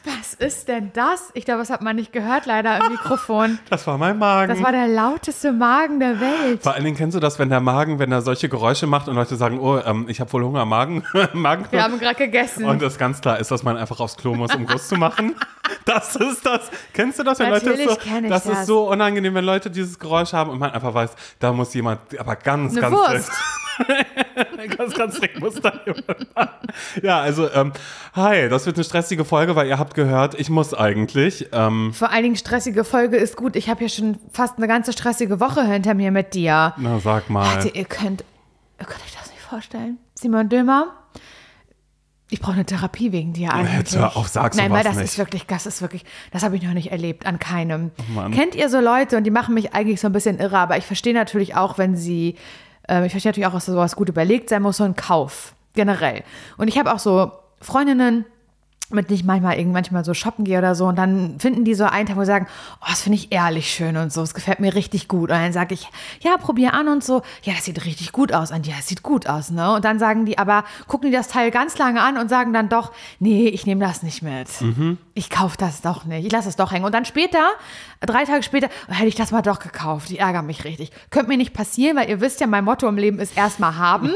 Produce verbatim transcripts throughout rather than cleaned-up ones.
Was ist denn das? Ich glaube, das hat man nicht gehört, leider im Mikrofon. Das war mein Magen. Das war der lauteste Magen der Welt. Vor allen Dingen kennst du das, wenn der Magen, wenn er solche Geräusche macht und Leute sagen, oh, ähm, ich habe wohl Hunger, Magen. Magen. Wir haben gerade gegessen. Und das ganz klar ist, dass man einfach aufs Klo muss, um Guss zu machen. Das ist das. Kennst du das, wenn Natürlich Leute so, kenn ich das, das ist so unangenehm, wenn Leute dieses Geräusch haben und man einfach weiß, da muss jemand, aber ganz, Eine ganz Wurst. ganz, ganz dringend muss da jemand machen. Ja, also, ähm, hi, das wird eine stressige Folge, weil ihr habt gehört, ich muss eigentlich. Ähm, Vor allen Dingen stressige Folge ist gut. Ich habe hier schon fast eine ganze stressige Woche hinter mir mit dir. Na, sag mal. Leute, ihr könnt, ihr könnt euch das nicht vorstellen. Simon Dömer, ich brauche eine Therapie wegen dir eigentlich. Jetzt hör auf, sag Nein, sowas weil das nicht. ist wirklich, das ist wirklich, das habe ich noch nicht erlebt, an keinem. Oh Mann. Kennt ihr so Leute, und die machen mich eigentlich so ein bisschen irre, aber ich verstehe natürlich auch, wenn sie, äh, ich verstehe natürlich auch, dass sowas gut überlegt sein muss, so ein Kauf, generell. Und ich habe auch so Freundinnen, mit denen ich manchmal irgend manchmal so shoppen gehe oder so, und dann finden die so einen Tag, wo sie sagen, oh, das finde ich ehrlich schön und so, es gefällt mir richtig gut. Und dann sage ich, ja, probier an und so, ja, das sieht richtig gut aus. Und ja, das sieht gut aus, ne? Und dann sagen die, aber gucken die das Teil ganz lange an und sagen dann doch, nee, ich nehme das nicht mit. Mhm. Ich kaufe das doch nicht, ich lasse es doch hängen. Und dann später, drei Tage später, hätte ich das mal doch gekauft. Ich ärgere mich richtig. Könnte mir nicht passieren, weil ihr wisst ja, mein Motto im Leben ist erstmal haben.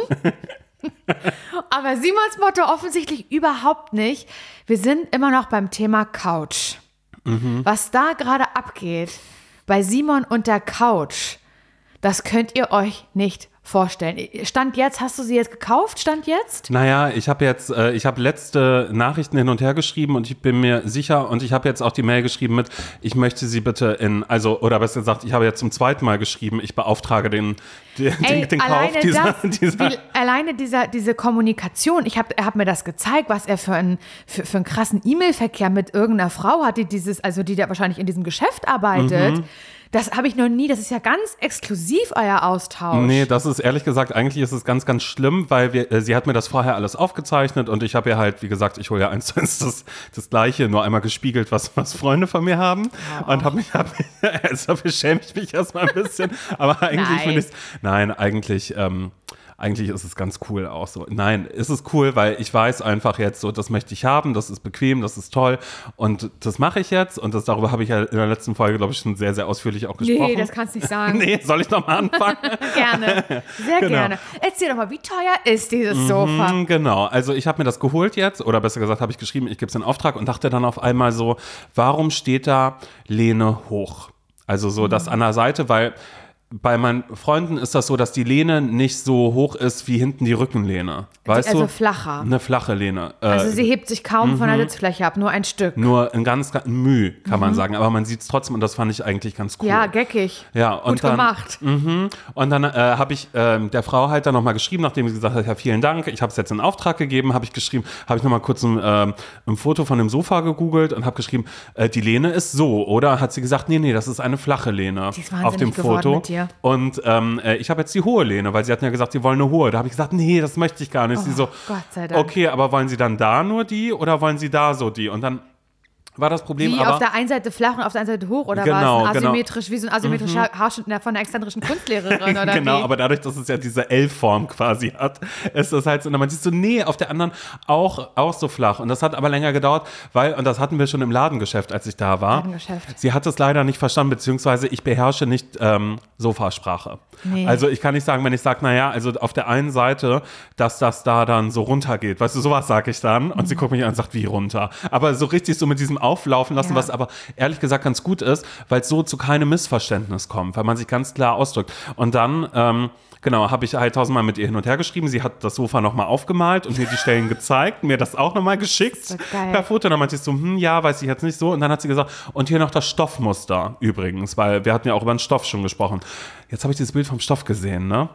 Aber Simons Motto offensichtlich überhaupt nicht. Wir sind immer noch beim Thema Couch. Mhm. Was da gerade abgeht bei Simon und der Couch, das könnt ihr euch nicht vorstellen. Stand jetzt, hast du sie jetzt gekauft? Stand jetzt? Naja, ich habe jetzt, äh, ich habe letzte Nachrichten hin und her geschrieben und ich bin mir sicher und ich habe jetzt auch die Mail geschrieben mit, ich möchte sie bitte in, also, oder besser gesagt, ich habe jetzt zum zweiten Mal geschrieben, ich beauftrage den, den, Ey, den Kauf alleine dieser, das, dieser wie, alleine dieser, diese Kommunikation, ich hab, er hat mir das gezeigt, was er für einen, für, für einen krassen E-Mail-Verkehr mit irgendeiner Frau hat, die dieses, also die da wahrscheinlich in diesem Geschäft arbeitet. Mhm. Das habe ich noch nie, das ist ja ganz exklusiv, euer Austausch. Nee, das ist ehrlich gesagt, eigentlich ist es ganz, ganz schlimm, weil wir, äh, sie hat mir das vorher alles aufgezeichnet und ich habe ja halt, wie gesagt, ich hole ja eins zu eins das, das Gleiche, nur einmal gespiegelt, was, was Freunde von mir haben. Oh. Und habe mich, hab mich also dafür schäme ich mich erstmal ein bisschen, aber eigentlich finde ich es, nein, eigentlich, ähm, Eigentlich ist es ganz cool auch so. Nein, ist es cool, weil ich weiß einfach jetzt so, das möchte ich haben, das ist bequem, das ist toll und das mache ich jetzt und das, darüber habe ich ja in der letzten Folge, glaube ich, schon sehr, sehr ausführlich auch gesprochen. Nee, das kannst du nicht sagen. Nee, soll ich noch mal anfangen? Gerne, sehr genau. gerne. Erzähl doch mal, wie teuer ist dieses Sofa? Mhm, genau, also ich habe mir das geholt jetzt oder besser gesagt habe ich geschrieben, ich gebe es in Auftrag und dachte dann auf einmal so, warum steht da Lehne hoch? Also so mhm. das an der Seite, weil bei meinen Freunden ist das so, dass die Lehne nicht so hoch ist wie hinten die Rückenlehne. Weißt also du? flacher. Eine flache Lehne. Also sie hebt sich kaum mhm. von der Sitzfläche ab, nur ein Stück. Nur ein ganz, ganz Müh, kann mhm. man sagen. Aber man sieht es trotzdem und das fand ich eigentlich ganz cool. Ja, geckig. Ja, und Gut dann, gemacht. Mh, und dann äh, habe ich äh, der Frau halt dann nochmal geschrieben, nachdem sie gesagt hat, ja, vielen Dank, ich habe es jetzt in Auftrag gegeben, habe ich geschrieben, habe ich nochmal kurz ein, äh, ein Foto von dem Sofa gegoogelt und habe geschrieben, äh, die Lehne ist so, oder? Hat sie gesagt, nee, nee, das ist eine flache Lehne die ist auf dem Foto. Mit dir. Und ähm, ich habe jetzt die hohe Lehne, weil sie hatten ja gesagt, sie wollen eine hohe. Da habe ich gesagt, nee, das möchte ich gar nicht. Oh, sie so, Gott sei Dank. Okay, aber wollen sie dann da nur die oder wollen sie da so die? Und dann war das Problem wie aber... auf der einen Seite flach und auf der anderen Seite hoch oder genau, war es genau. asymmetrisch, wie so ein asymmetrischer mhm. Haarschnitt von einer exzentrischen Kunstlehrerin oder Genau, wie? aber dadurch, dass es ja diese L-Form quasi hat, ist das halt so, und man sieht so, nee, auf der anderen auch, auch so flach. Und das hat aber länger gedauert, weil, und das hatten wir schon im Ladengeschäft, als ich da war. Ladengeschäft. Sie hat es leider nicht verstanden, beziehungsweise ich beherrsche nicht ähm, Sofasprache. Nee. Also ich kann nicht sagen, wenn ich sage, naja, also auf der einen Seite, dass das da dann so runtergeht. Weißt du, sowas sage ich dann. Und mhm. sie guckt mich an und sagt, wie runter? Aber so richtig so mit diesem Auflaufen lassen, ja. was aber ehrlich gesagt ganz gut ist, weil es so zu keinem Missverständnis kommt, weil man sich ganz klar ausdrückt. Und dann, ähm, genau, habe ich halt tausendmal mit ihr hin und her geschrieben. Sie hat das Sofa nochmal aufgemalt und mir die Stellen gezeigt, mir das auch nochmal geschickt per Foto. Und dann meinte ich so, hm, ja, weiß ich jetzt nicht so. Und dann hat sie gesagt, und hier noch das Stoffmuster übrigens, weil wir hatten ja auch über den Stoff schon gesprochen. Jetzt habe ich dieses Bild vom Stoff gesehen, ne?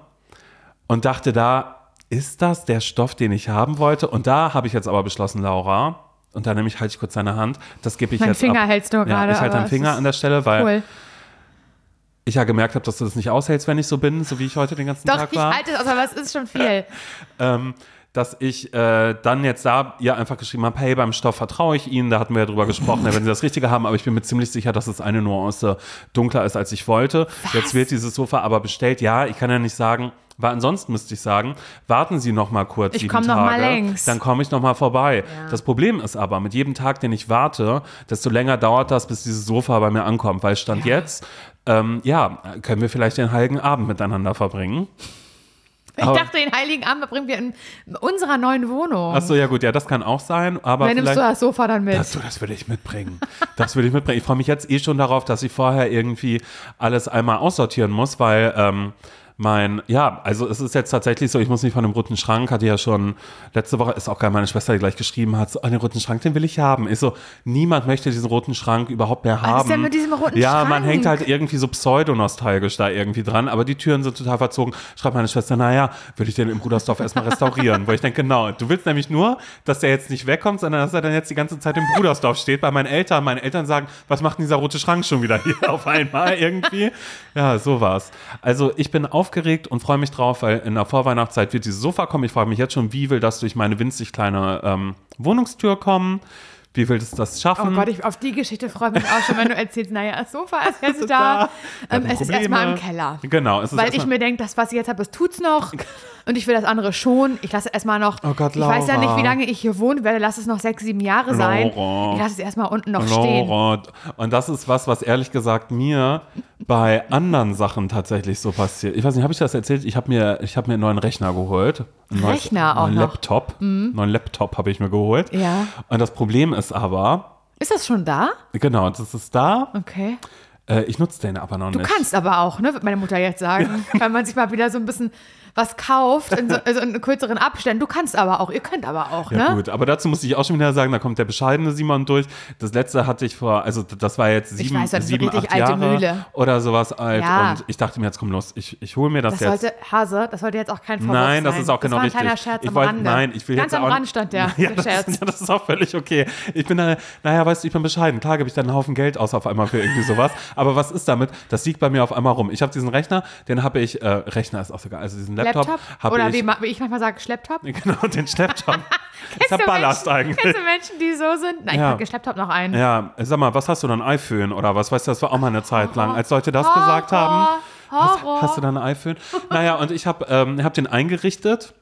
Und dachte da, ist das der Stoff, den ich haben wollte? Und da habe ich jetzt aber beschlossen, Laura, und da nehme ich, halte ich kurz deine Hand, das gebe ich mein jetzt Finger ab. hältst du gerade. Ja, ich halte deinen Finger an der Stelle, weil cool. ich ja gemerkt habe, dass du das nicht aushältst, wenn ich so bin, so wie ich heute den ganzen Doch, Tag war. Doch, ich halte es aus, aber es ist schon viel. ähm, dass ich äh, dann jetzt da ihr einfach geschrieben habe, hey, beim Stoff vertraue ich Ihnen, da hatten wir ja drüber gesprochen, wenn Sie das Richtige haben, aber ich bin mir ziemlich sicher, dass es eine Nuance dunkler ist, als ich wollte. Was? Jetzt wird dieses Sofa aber bestellt. Ja, ich kann ja nicht sagen, weil ansonsten müsste ich sagen, warten Sie noch mal kurz ich sieben komm Tage, noch mal längs. Dann komme ich noch mal vorbei. Ja. Das Problem ist aber, mit jedem Tag, den ich warte, desto länger dauert das, bis dieses Sofa bei mir ankommt, weil Stand Ja. jetzt, ähm, ja, können wir vielleicht den heiligen Abend miteinander verbringen. Ich Aber- dachte, den Heiligen Abend verbringen wir in unserer neuen Wohnung. Achso, ja gut, ja, das kann auch sein, aber Dann nimmst vielleicht... du das Sofa dann mit. Das, das will ich mitbringen. Das will ich mitbringen. Ich freue mich jetzt eh schon darauf, dass ich vorher irgendwie alles einmal aussortieren muss, weil ähm, mein, ja, also es ist jetzt tatsächlich so, ich muss nicht von dem roten Schrank, hatte ja schon letzte Woche, ist auch geil, meine Schwester, die gleich geschrieben hat, so, oh, den roten Schrank, den will ich haben. Ich so, niemand möchte diesen roten Schrank überhaupt mehr haben. Was ist denn mit diesem roten ja, Schrank? man hängt halt irgendwie so pseudonostalgisch da irgendwie dran, aber die Türen sind total verzogen. Schreibt meine Schwester, naja, würde ich den im Brudersdorf erstmal restaurieren. Wo ich denke, genau, du willst nämlich nur, dass der jetzt nicht wegkommt, sondern dass er dann jetzt die ganze Zeit im Brudersdorf steht. Bei meinen Eltern, meine Eltern sagen, was macht denn dieser rote Schrank schon wieder hier auf einmal irgendwie? Ja, so war's. Also ich bin aufgeregt und freue mich drauf, weil in der Vorweihnachtszeit wird dieses Sofa kommen. Ich frage mich jetzt schon, wie will das durch meine winzig kleine ähm, Wohnungstür kommen? Wie will das das schaffen? Oh Gott, ich, auf die Geschichte freue ich mich auch schon, wenn du erzählst, naja, das Sofa ist jetzt ist da. da. Ähm, Wir es ist hatten erstmal im Probleme. Keller. Genau. Es ist Weil ich erstmal- mir denke, das, was ich jetzt habe, das tut's noch. Und ich will das andere schon. Ich lasse erstmal noch. Oh Gott, ich weiß ja Laura. nicht, wie lange ich hier wohnen werde. Lass es noch sechs, sieben Jahre sein. Laura. Ich lasse es erstmal unten noch stehen. Laura. Und das ist was, was ehrlich gesagt mir bei anderen Sachen tatsächlich so passiert. Ich weiß nicht, habe ich das erzählt? Ich habe mir, ich hab mir einen neuen Rechner geholt. Ein neues- Rechner auch neuen noch? Laptop. Einen neuen Laptop habe ich mir geholt. Ja. Und das Problem ist aber, Ist das schon da? genau, das ist da. Okay. Äh, ich nutze den aber noch Du nicht. kannst aber auch, ne, wird meine Mutter jetzt sagen. Wenn man sich mal wieder so ein bisschen was kauft, in so, also in kürzeren Abständen. Du kannst aber auch, ihr könnt aber auch, Ja ne? gut, aber dazu muss ich auch schon wieder sagen, da kommt der bescheidene Simon durch. Das letzte hatte ich vor, also das war jetzt sieben, weiß, das ist sieben richtig acht alte Jahre Mühle. oder sowas alt. Ja. Und ich dachte mir, jetzt komm los, ich, ich hole mir das, Das jetzt. sollte, Hase, das sollte jetzt auch kein Vorwurf Nein, das sein. ist auch genau das war ein richtig. kleiner Scherz ich am wollt- Rande. Nein, ich will Ganz jetzt am auch, Rand stand der, ja, der das, Scherz. ist, ja, das ist auch völlig okay. Ich bin da, naja, weißt du, ich bin bescheiden. Klar gebe ich dann einen Haufen Geld aus auf einmal für irgendwie sowas. Aber was ist damit? Das liegt bei mir auf einmal rum. Ich habe diesen Rechner, den habe ich, äh, Rechner ist auch sogar, also diesen Laptop, Laptop? habe Oder ich. wie, ma- wie ich manchmal sage, Schlepptop? Genau, den Schlepptop. ist ja du Ballast Menschen, eigentlich. Kennst du Menschen, die so sind? Nein, Ja. ich packe Schlepptop noch ein. Ja, sag mal, was hast du dann, iPhone oder was? Weißt du, das war auch mal eine Zeit lang, als Leute das Horror, gesagt haben. Hast, Horror. hast du dann ein iPhone? Naja, und ich habe ähm, hab den eingerichtet.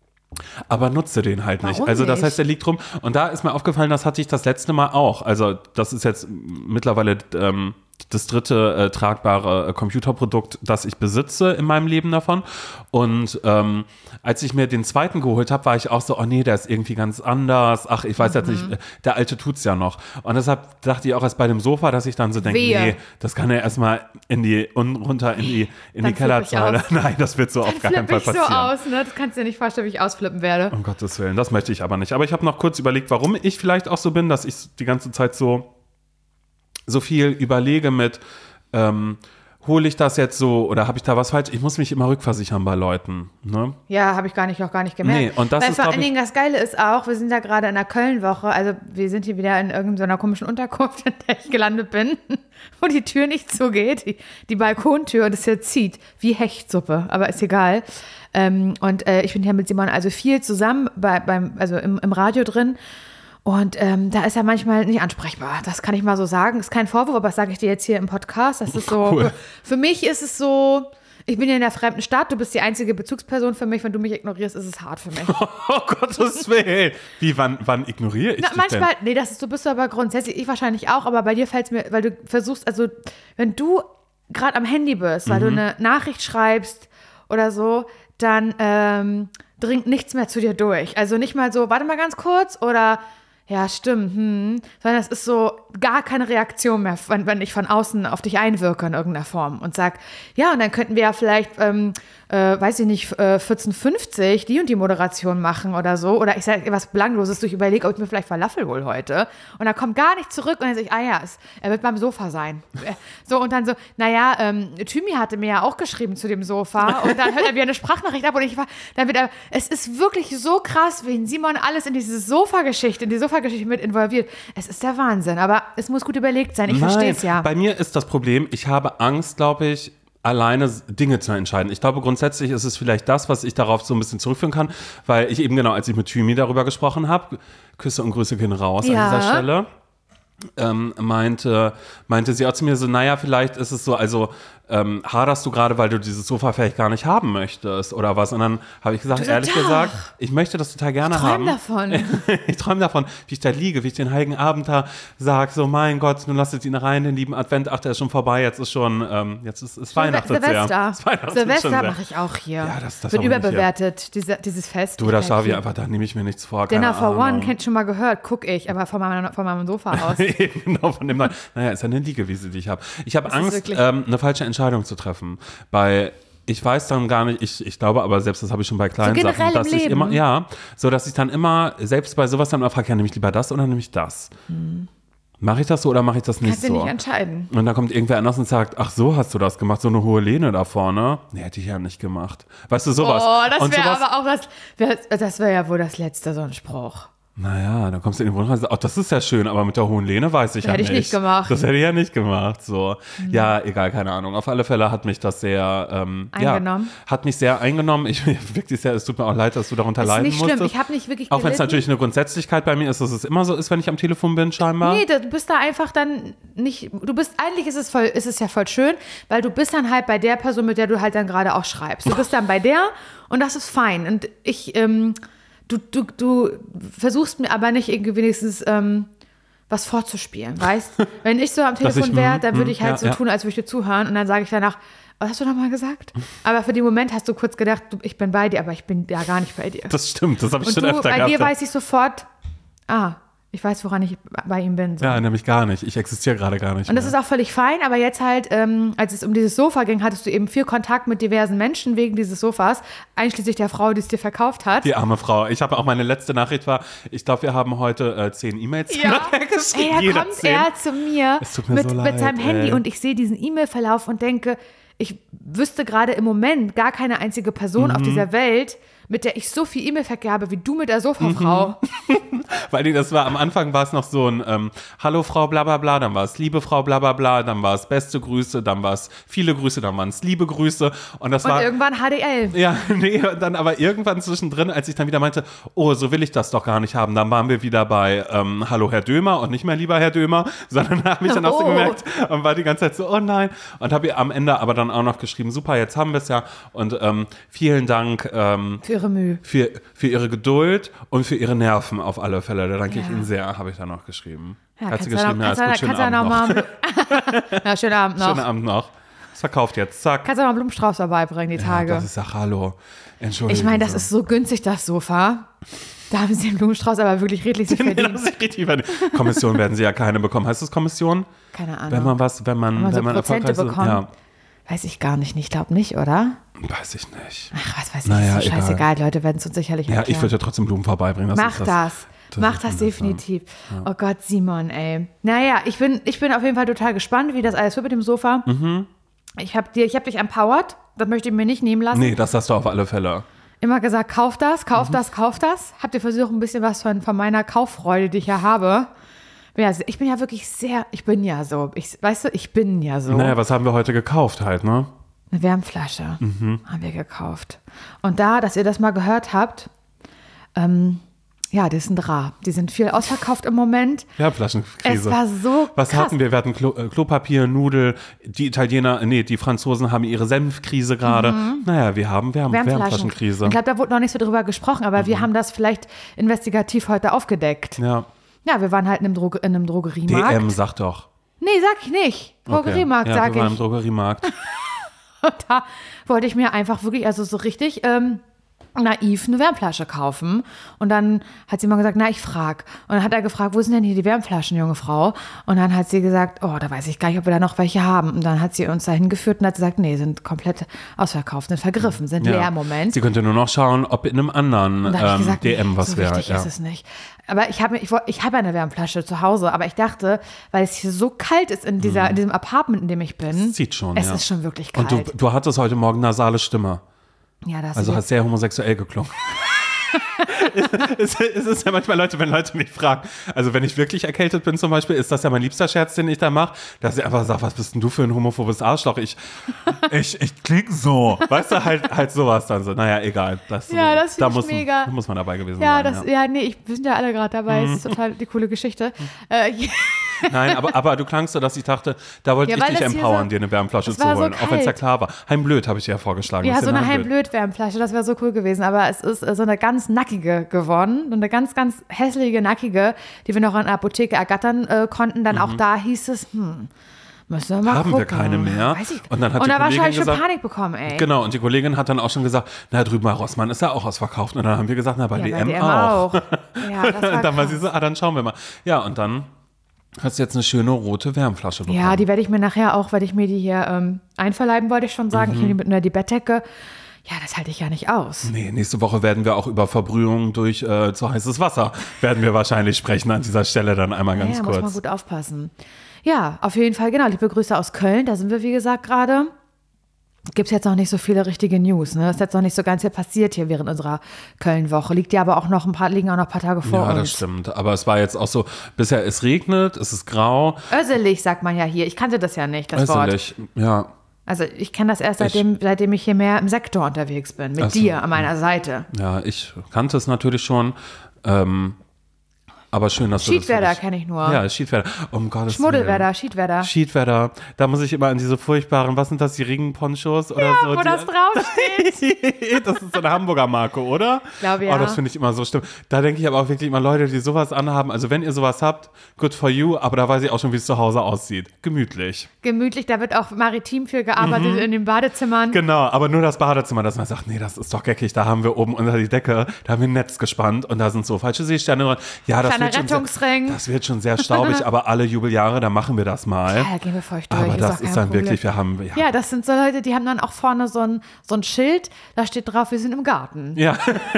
Aber nutze den halt nicht. Warum Also das nicht? heißt, der liegt rum. Und da ist mir aufgefallen, das hatte ich das letzte Mal auch. Also das ist jetzt mittlerweile ähm, das dritte äh, tragbare äh, Computerprodukt, das ich besitze in meinem Leben davon. Und ähm, als ich mir den zweiten geholt habe, war ich auch so, oh nee, der ist irgendwie ganz anders. Ach, ich weiß Mhm. jetzt nicht, äh, der alte tut's ja noch. Und deshalb dachte ich auch erst bei dem Sofa, dass ich dann so denke, Wehe. nee, das kann ja erstmal in die, un, runter in die, in Dann die flipp ich Kellerzeile. aus. Nein, das wird so auf gar keinen Flipp Fall ich so passieren. aus, ne? Das kannst du dir nicht vorstellen, wie ich ausflippen werde. Um Gottes Willen, das möchte ich aber nicht. Aber ich habe noch kurz überlegt, warum ich vielleicht auch so bin, dass ich die ganze Zeit so, so viel überlege mit, ähm, hole ich das jetzt so oder habe ich da was falsch? Ich muss mich immer rückversichern bei Leuten. Ne? Ja, habe ich gar nicht, noch gar nicht gemerkt. Nee, und das Weil ist, vor glaub allen ich- Dingen das Geile ist auch, wir sind ja gerade in der Köln-Woche, also wir sind hier wieder in irgendeiner komischen Unterkunft, in der ich gelandet bin, wo die Tür nicht zugeht, die, die Balkontür und es jetzt zieht, wie Hechtsuppe, aber ist egal. Ähm, und äh, ich bin hier mit Simon also viel zusammen, bei, beim, also im, im Radio drin. Und ähm, da ist er manchmal nicht ansprechbar. Das kann ich mal so sagen. Ist kein Vorwurf, aber das sage ich dir jetzt hier im Podcast. Das ist so. Cool. Für mich ist es so. Ich bin hier in der fremden Stadt. Du bist die einzige Bezugsperson für mich. Wenn du mich ignorierst, ist es hart für mich. Oh Gottes Willen. Wie, wann, wann ignoriere ich Na, dich manchmal, denn? nee, das ist, du bist du aber grundsätzlich, ich wahrscheinlich auch, aber bei dir fällt es mir, weil du versuchst, also wenn du gerade am Handy bist, weil Mhm. du eine Nachricht schreibst oder so, dann ähm, dringt nichts mehr zu dir durch. Also nicht mal so, warte mal ganz kurz oder ja, stimmt, hm, sondern es ist so gar keine Reaktion mehr, wenn, wenn ich von außen auf dich einwirke in irgendeiner Form und sag, ja, und dann könnten wir ja vielleicht, ähm, äh, weiß ich nicht, äh, vierzehn fünfzig die und die Moderation machen oder so. Oder ich sage was Belangloses, ich überlege, ob ich mir vielleicht Falafel hole heute. Und dann kommt gar nicht zurück und dann sage ich, ah ja, es, er wird beim Sofa sein. So, und dann so, naja, ähm, Thymi hatte mir ja auch geschrieben zu dem Sofa und dann hört er wieder eine Sprachnachricht ab und ich war, dann wird er, es ist wirklich so krass, wen Simon alles in diese Sofa-Geschichte, in die Sofa-Geschichte mit involviert. Es ist der Wahnsinn, aber es muss gut überlegt sein, ich verstehe es ja. Bei mir ist das Problem, ich habe Angst, glaube ich, alleine Dinge zu entscheiden. Ich glaube, grundsätzlich ist es vielleicht das, was ich darauf so ein bisschen zurückführen kann, weil ich eben genau, als ich mit Thymi darüber gesprochen habe, Küsse und Grüße gehen raus ja. an dieser Stelle, ähm, meinte, meinte sie auch zu mir so, naja, vielleicht ist es so, also ähm, haderst du gerade, weil du dieses Sofa vielleicht gar nicht haben möchtest oder was? Und dann habe ich gesagt, du ehrlich doch. gesagt, ich möchte das total gerne ich träum haben. Davon. ich träume davon, wie ich da liege, wie ich den heiligen Abend da sage, so mein Gott, nun lasst ihn rein, den lieben Advent, ach, der ist schon vorbei, jetzt ist schon, ähm, jetzt ist, ist Weihnachten. Silvester. Silvester, Silvester mache ich auch hier. Ja, das, das wird überbewertet, diese, dieses Fest. Du, da schaffe ich einfach, da nehme ich mir nichts vor. Dinner for Ahnung. One, kennt schon mal gehört, guck ich, aber von meinem, von meinem Sofa aus. Genau, von dem, naja, ist ja eine Liegewiese, die ich habe. Ich habe Das Angst, ähm, eine falsche Entscheidung zu treffen, weil ich weiß dann gar nicht, ich, ich glaube aber, selbst das habe ich schon bei kleinen so Sachen, dass im ich Leben. immer, ja, so dass ich dann immer, selbst bei sowas dann immer frage, ja, nehme ich lieber das oder nehme ich das? Hm. Mache ich das so oder mache ich das nicht Kannst so? Kannst du nicht entscheiden. Und dann kommt irgendwer anders und sagt, ach so hast du das gemacht, so eine hohe Lehne da vorne. Nee, hätte ich ja nicht gemacht. Weißt du, sowas. Oh, das wäre sowas, aber auch das, wär, das wäre ja wohl das letzte, so ein Spruch. Naja, dann kommst du in den Wohnraum und sagst, ach, das ist ja schön, aber mit der hohen Lehne weiß ich das ja nicht. Hätte ich nicht gemacht. Das hätte ich ja nicht gemacht, so. Mhm. Ja, egal, keine Ahnung. Auf alle Fälle hat mich das sehr, ähm, eingenommen. Ja, hat mich sehr eingenommen. Ich wirklich sehr, es tut mir auch leid, dass du darunter ist leiden nicht musstest. Schlimm. Ich habe nicht wirklich Auch wenn es gelitten. natürlich eine Grundsätzlichkeit bei mir ist, dass es immer so ist, wenn ich am Telefon bin, scheinbar. Nee, du bist da einfach dann nicht, du bist, eigentlich ist es voll, ist es ja voll schön, weil du bist dann halt bei der Person, mit der du halt dann gerade auch schreibst. Du bist dann bei der und das ist fein. Und ich, ähm, Du, du, du versuchst mir aber nicht irgendwie wenigstens ähm, was vorzuspielen, weißt? Wenn ich so am Telefon wäre, dann würde ich halt ja, so ja. tun, als würde ich dir zuhören und dann sage ich danach, was hast du nochmal gesagt? Aber für den Moment hast du kurz gedacht, du, ich bin bei dir, aber ich bin ja gar nicht bei dir. Das stimmt, das habe ich und schon du, öfter bei gehabt. dir weiß ich sofort, ah, ich weiß, woran ich bei ihm bin. So. Ja, nämlich gar nicht. Ich existiere gerade gar nicht Und das mehr. ist auch völlig fein, aber jetzt halt, ähm, als es um dieses Sofa ging, hattest du eben viel Kontakt mit diversen Menschen wegen dieses Sofas, einschließlich der Frau, die es dir verkauft hat. Die arme Frau. Ich habe auch meine letzte Nachricht war, ich glaube, wir haben heute äh, zehn E-Mails ja. geschrieben. Ey, da Jeder kommt zehn. er zu mir Es tut mir mit, so leid, mit seinem Handy ey. und ich sehe diesen E-Mail-Verlauf und denke, ich wüsste gerade im Moment gar keine einzige Person mhm. auf dieser Welt, mit der ich so viel E-Mail-Verkehr habe wie du mit der Sofafrau. Mhm. Weil die, das war, am Anfang war es noch so ein ähm, Hallo Frau bla bla bla, dann war es Liebe Frau bla bla bla, dann war es beste Grüße, dann war es viele Grüße, dann waren es liebe Grüße. Und das Und war irgendwann H D L. Ja, nee, und dann aber irgendwann zwischendrin, als ich dann wieder meinte, oh, so will ich das doch gar nicht haben, dann waren wir wieder bei ähm, Hallo Herr Dömer und nicht mehr lieber Herr Dömer, sondern habe ich dann auch so Oh. gemerkt und war die ganze Zeit so, oh nein. Und habe ihr am Ende aber dann auch noch geschrieben, super, jetzt haben wir es ja und ähm, vielen Dank ähm, Für ihre Mühe. für, für ihre Geduld und für ihre Nerven auf alle Fälle. Da danke Ja. ich Ihnen sehr, habe ich dann noch geschrieben. Ja, Hat sie kannst du geschrieben, noch- ja, ist kannst gut, du- schönen kannst du Abend noch noch. mal- Ja, schönen Abend noch. Schönen Abend noch. Es verkauft jetzt, zack. Kannst du noch mal Blumenstrauß vorbeibringen, die Ja, Tage. das ist ja Hallo. Entschuldigung. Ich meine, das ist so günstig, das Sofa. Da haben sie den Blumenstrauß aber wirklich redlich sich Nee, verdient. das ist richtig verdient. Kommission werden sie ja keine bekommen. Heißt das Kommission? Keine Ahnung. Wenn man was, wenn man, Wenn man so wenn man Prozente erfolgreich ist. bekommt. Ja, Weiß ich gar nicht. Ich glaube nicht, oder? weiß ich nicht. Ach, was weiß ich. Naja, ist so egal. scheißegal. Die Leute werden es uns sicherlich Ja, erklären. ich würde ja trotzdem Blumen vorbeibringen. Das Mach ist das. das. das Mach ist das das, definitiv. Oh Gott, Simon, ey. Naja, ich bin, ich bin auf jeden Fall total gespannt, wie das alles wird mit dem Sofa. Mhm. Ich habe dir, ich hab dich empowered. Das möchte ich mir nicht nehmen lassen. Nee, das hast du auf alle Fälle. Immer gesagt, kauf das, Mhm. kauf das, kauf das. Habt ihr versucht, ein bisschen was von, von meiner Kauffreude, die ich ja habe. Ja, ich bin ja wirklich sehr, ich bin ja so. Ich, weißt du, ich bin ja so. Naja, was haben wir heute gekauft halt, ne? Eine Wärmflasche Mhm. haben wir gekauft. Und da, dass ihr das mal gehört habt, ähm, ja, die sind rar. Die sind viel ausverkauft im Moment. Ja, Flaschenkrise. Es war so Was krass. hatten wir? Wir hatten Klo, äh, Klopapier, Nudel, die Italiener, nee, die Franzosen haben ihre Senfkrise gerade. Naja, wir haben Wärm Wärmflaschen. Wärmflaschenkrise. Ich glaube, da wurde noch nicht so drüber gesprochen, aber wir haben das vielleicht investigativ heute aufgedeckt. Ja. Ja, wir waren halt in einem, Droge, in einem D Drogeriemarkt. M, sag doch. Nee, sag ich nicht. Drogeriemarkt, okay. Ja, sag wir waren im ich. Drogeriemarkt. Und da wollte ich mir einfach wirklich, also so richtig ähm, naiv eine Wärmflasche kaufen. Und dann hat sie mal gesagt, na, ich frag. Und dann hat er gefragt, wo sind denn hier die Wärmflaschen, junge Frau? Und dann hat sie gesagt, oh, da weiß ich gar nicht, ob wir da noch welche haben. Und dann hat sie uns da hingeführt und hat gesagt, nee, sind komplett ausverkauft, sind vergriffen, sind Ja. leer im Moment. Sie könnte nur noch schauen, ob in einem anderen Und da habe ich ähm, gesagt, D M nee, was so wäre. wichtig Ja. ist es nicht. Aber ich habe ich, woll- ich hab ja eine Wärmflasche zu Hause, aber ich dachte, weil es hier so kalt ist in, dieser, in diesem Apartment, in dem ich bin. Sieht schon, Es ja. ist schon wirklich Und kalt. du, du hattest heute Morgen nasale Stimme. ja, das Also ist hast sehr homosexuell geklungen. es, es ist ja manchmal Leute, wenn Leute mich fragen, also wenn ich wirklich erkältet bin zum Beispiel, ist das ja mein liebster Scherz, den ich da mache, dass ich einfach sage, was bist denn du für ein homophobes Arschloch? Ich, ich, ich klinge so. Weißt du, halt, halt sowas dann so. Naja, egal. Das, ja, das da ich muss, mega. muss man dabei gewesen ja, sein. Das, ja, ja, nee, ich, wir sind ja alle gerade dabei. Das ist total die coole Geschichte. Äh, Nein, aber, aber du klangst so, dass ich dachte, da wollte ja, ich dich empowern, so, dir eine Wärmflasche zu so holen. kalt. Auch wenn es ja klar war. Heimblöd habe ich dir ja vorgeschlagen. Ja, so eine Heimblöd-Wärmflasche, das wäre so cool gewesen. Aber es ist so eine ganz nackige geworden. Eine ganz, ganz hässliche, nackige, die wir noch in der Apotheke ergattern äh, konnten. Dann mhm. auch da hieß es, hm, müssen wir mal Haben gucken. wir keine mehr. Weiß ich. Und dann hat und die da Kollegin wahrscheinlich schon gesagt, Panik bekommen, ey. Genau, und die Kollegin hat dann auch schon gesagt, na drüben bei Rossmann ist ja auch ausverkauft. Und dann haben wir gesagt, na bei ja, D M, bei D M auch. auch. Ja, das war und dann war krass. sie so, ah, dann schauen wir mal. Ja, und dann hast du jetzt eine schöne rote Wärmflasche bekommen. Ja, die werde ich mir nachher auch, werde ich mir die hier ähm, einverleiben, wollte ich schon sagen. Mhm. Ich nehme die mit unter die Bettdecke. Ja, das halte ich ja nicht aus. Nee, nächste Woche werden wir auch über Verbrühung durch äh, zu heißes Wasser werden wir wahrscheinlich sprechen an dieser Stelle dann einmal ganz ja, kurz. Ja, muss man gut aufpassen. Ja, auf jeden Fall, genau. Liebe Grüße aus Köln, da sind wir, wie gesagt, gerade. Gibt es jetzt noch nicht so viele richtige News, ne? Ist jetzt noch nicht so ganz viel passiert hier während unserer Köln-Woche. Liegt ja aber auch noch ein paar, liegen auch noch ein paar Tage vor ja, uns. Ja, das stimmt. Aber es war jetzt auch so, bisher es regnet, es ist grau. Öselig, sagt man ja hier. Ich kannte das ja nicht, das Öselig, Wort. ja. Also ich kenne das erst, seitdem ich, seitdem ich hier mehr im Sektor unterwegs bin. Mit so. dir an meiner Seite. Ja, ich kannte es natürlich schon. Ähm, aber schön, dass du das Schiedwetter kenne ich nur. Ja, Schiedwetter. Um Gottes Schmuddelwetter, Schiedwetter. Schiedwetter. Da muss ich immer an diese furchtbaren, was sind das, die Regenponchos oder ja, so? wo die, das draufsteht. Das ist so eine Hamburger Marke, oder? Ich glaube, ja. Oh, das finde ich immer so schlimm. Da denke ich aber auch wirklich immer, Leute, die sowas anhaben, also wenn ihr sowas habt, good for you, aber da weiß ich auch schon, wie es zu Hause aussieht. Gemütlich. Gemütlich, da wird auch maritim viel gearbeitet mhm. in den Badezimmern. Genau, aber nur das Badezimmer, dass man sagt, nee, das ist doch geckig, da haben wir oben unter die Decke, da haben wir ein Netz gespannt und da sind so falsche Seesterne drin. Ja, das Kleiner wird Rettungsring. Schon, das wird schon sehr staubig, aber alle Jubeljahre, da machen wir das mal. Ja, da gehen wir feucht durch. Aber ist das ist dann Problem. wirklich, wir haben... Ja. ja, das sind so Leute, die haben dann auch vorne so ein, so ein Schild, da steht drauf, wir sind im Garten. Ja.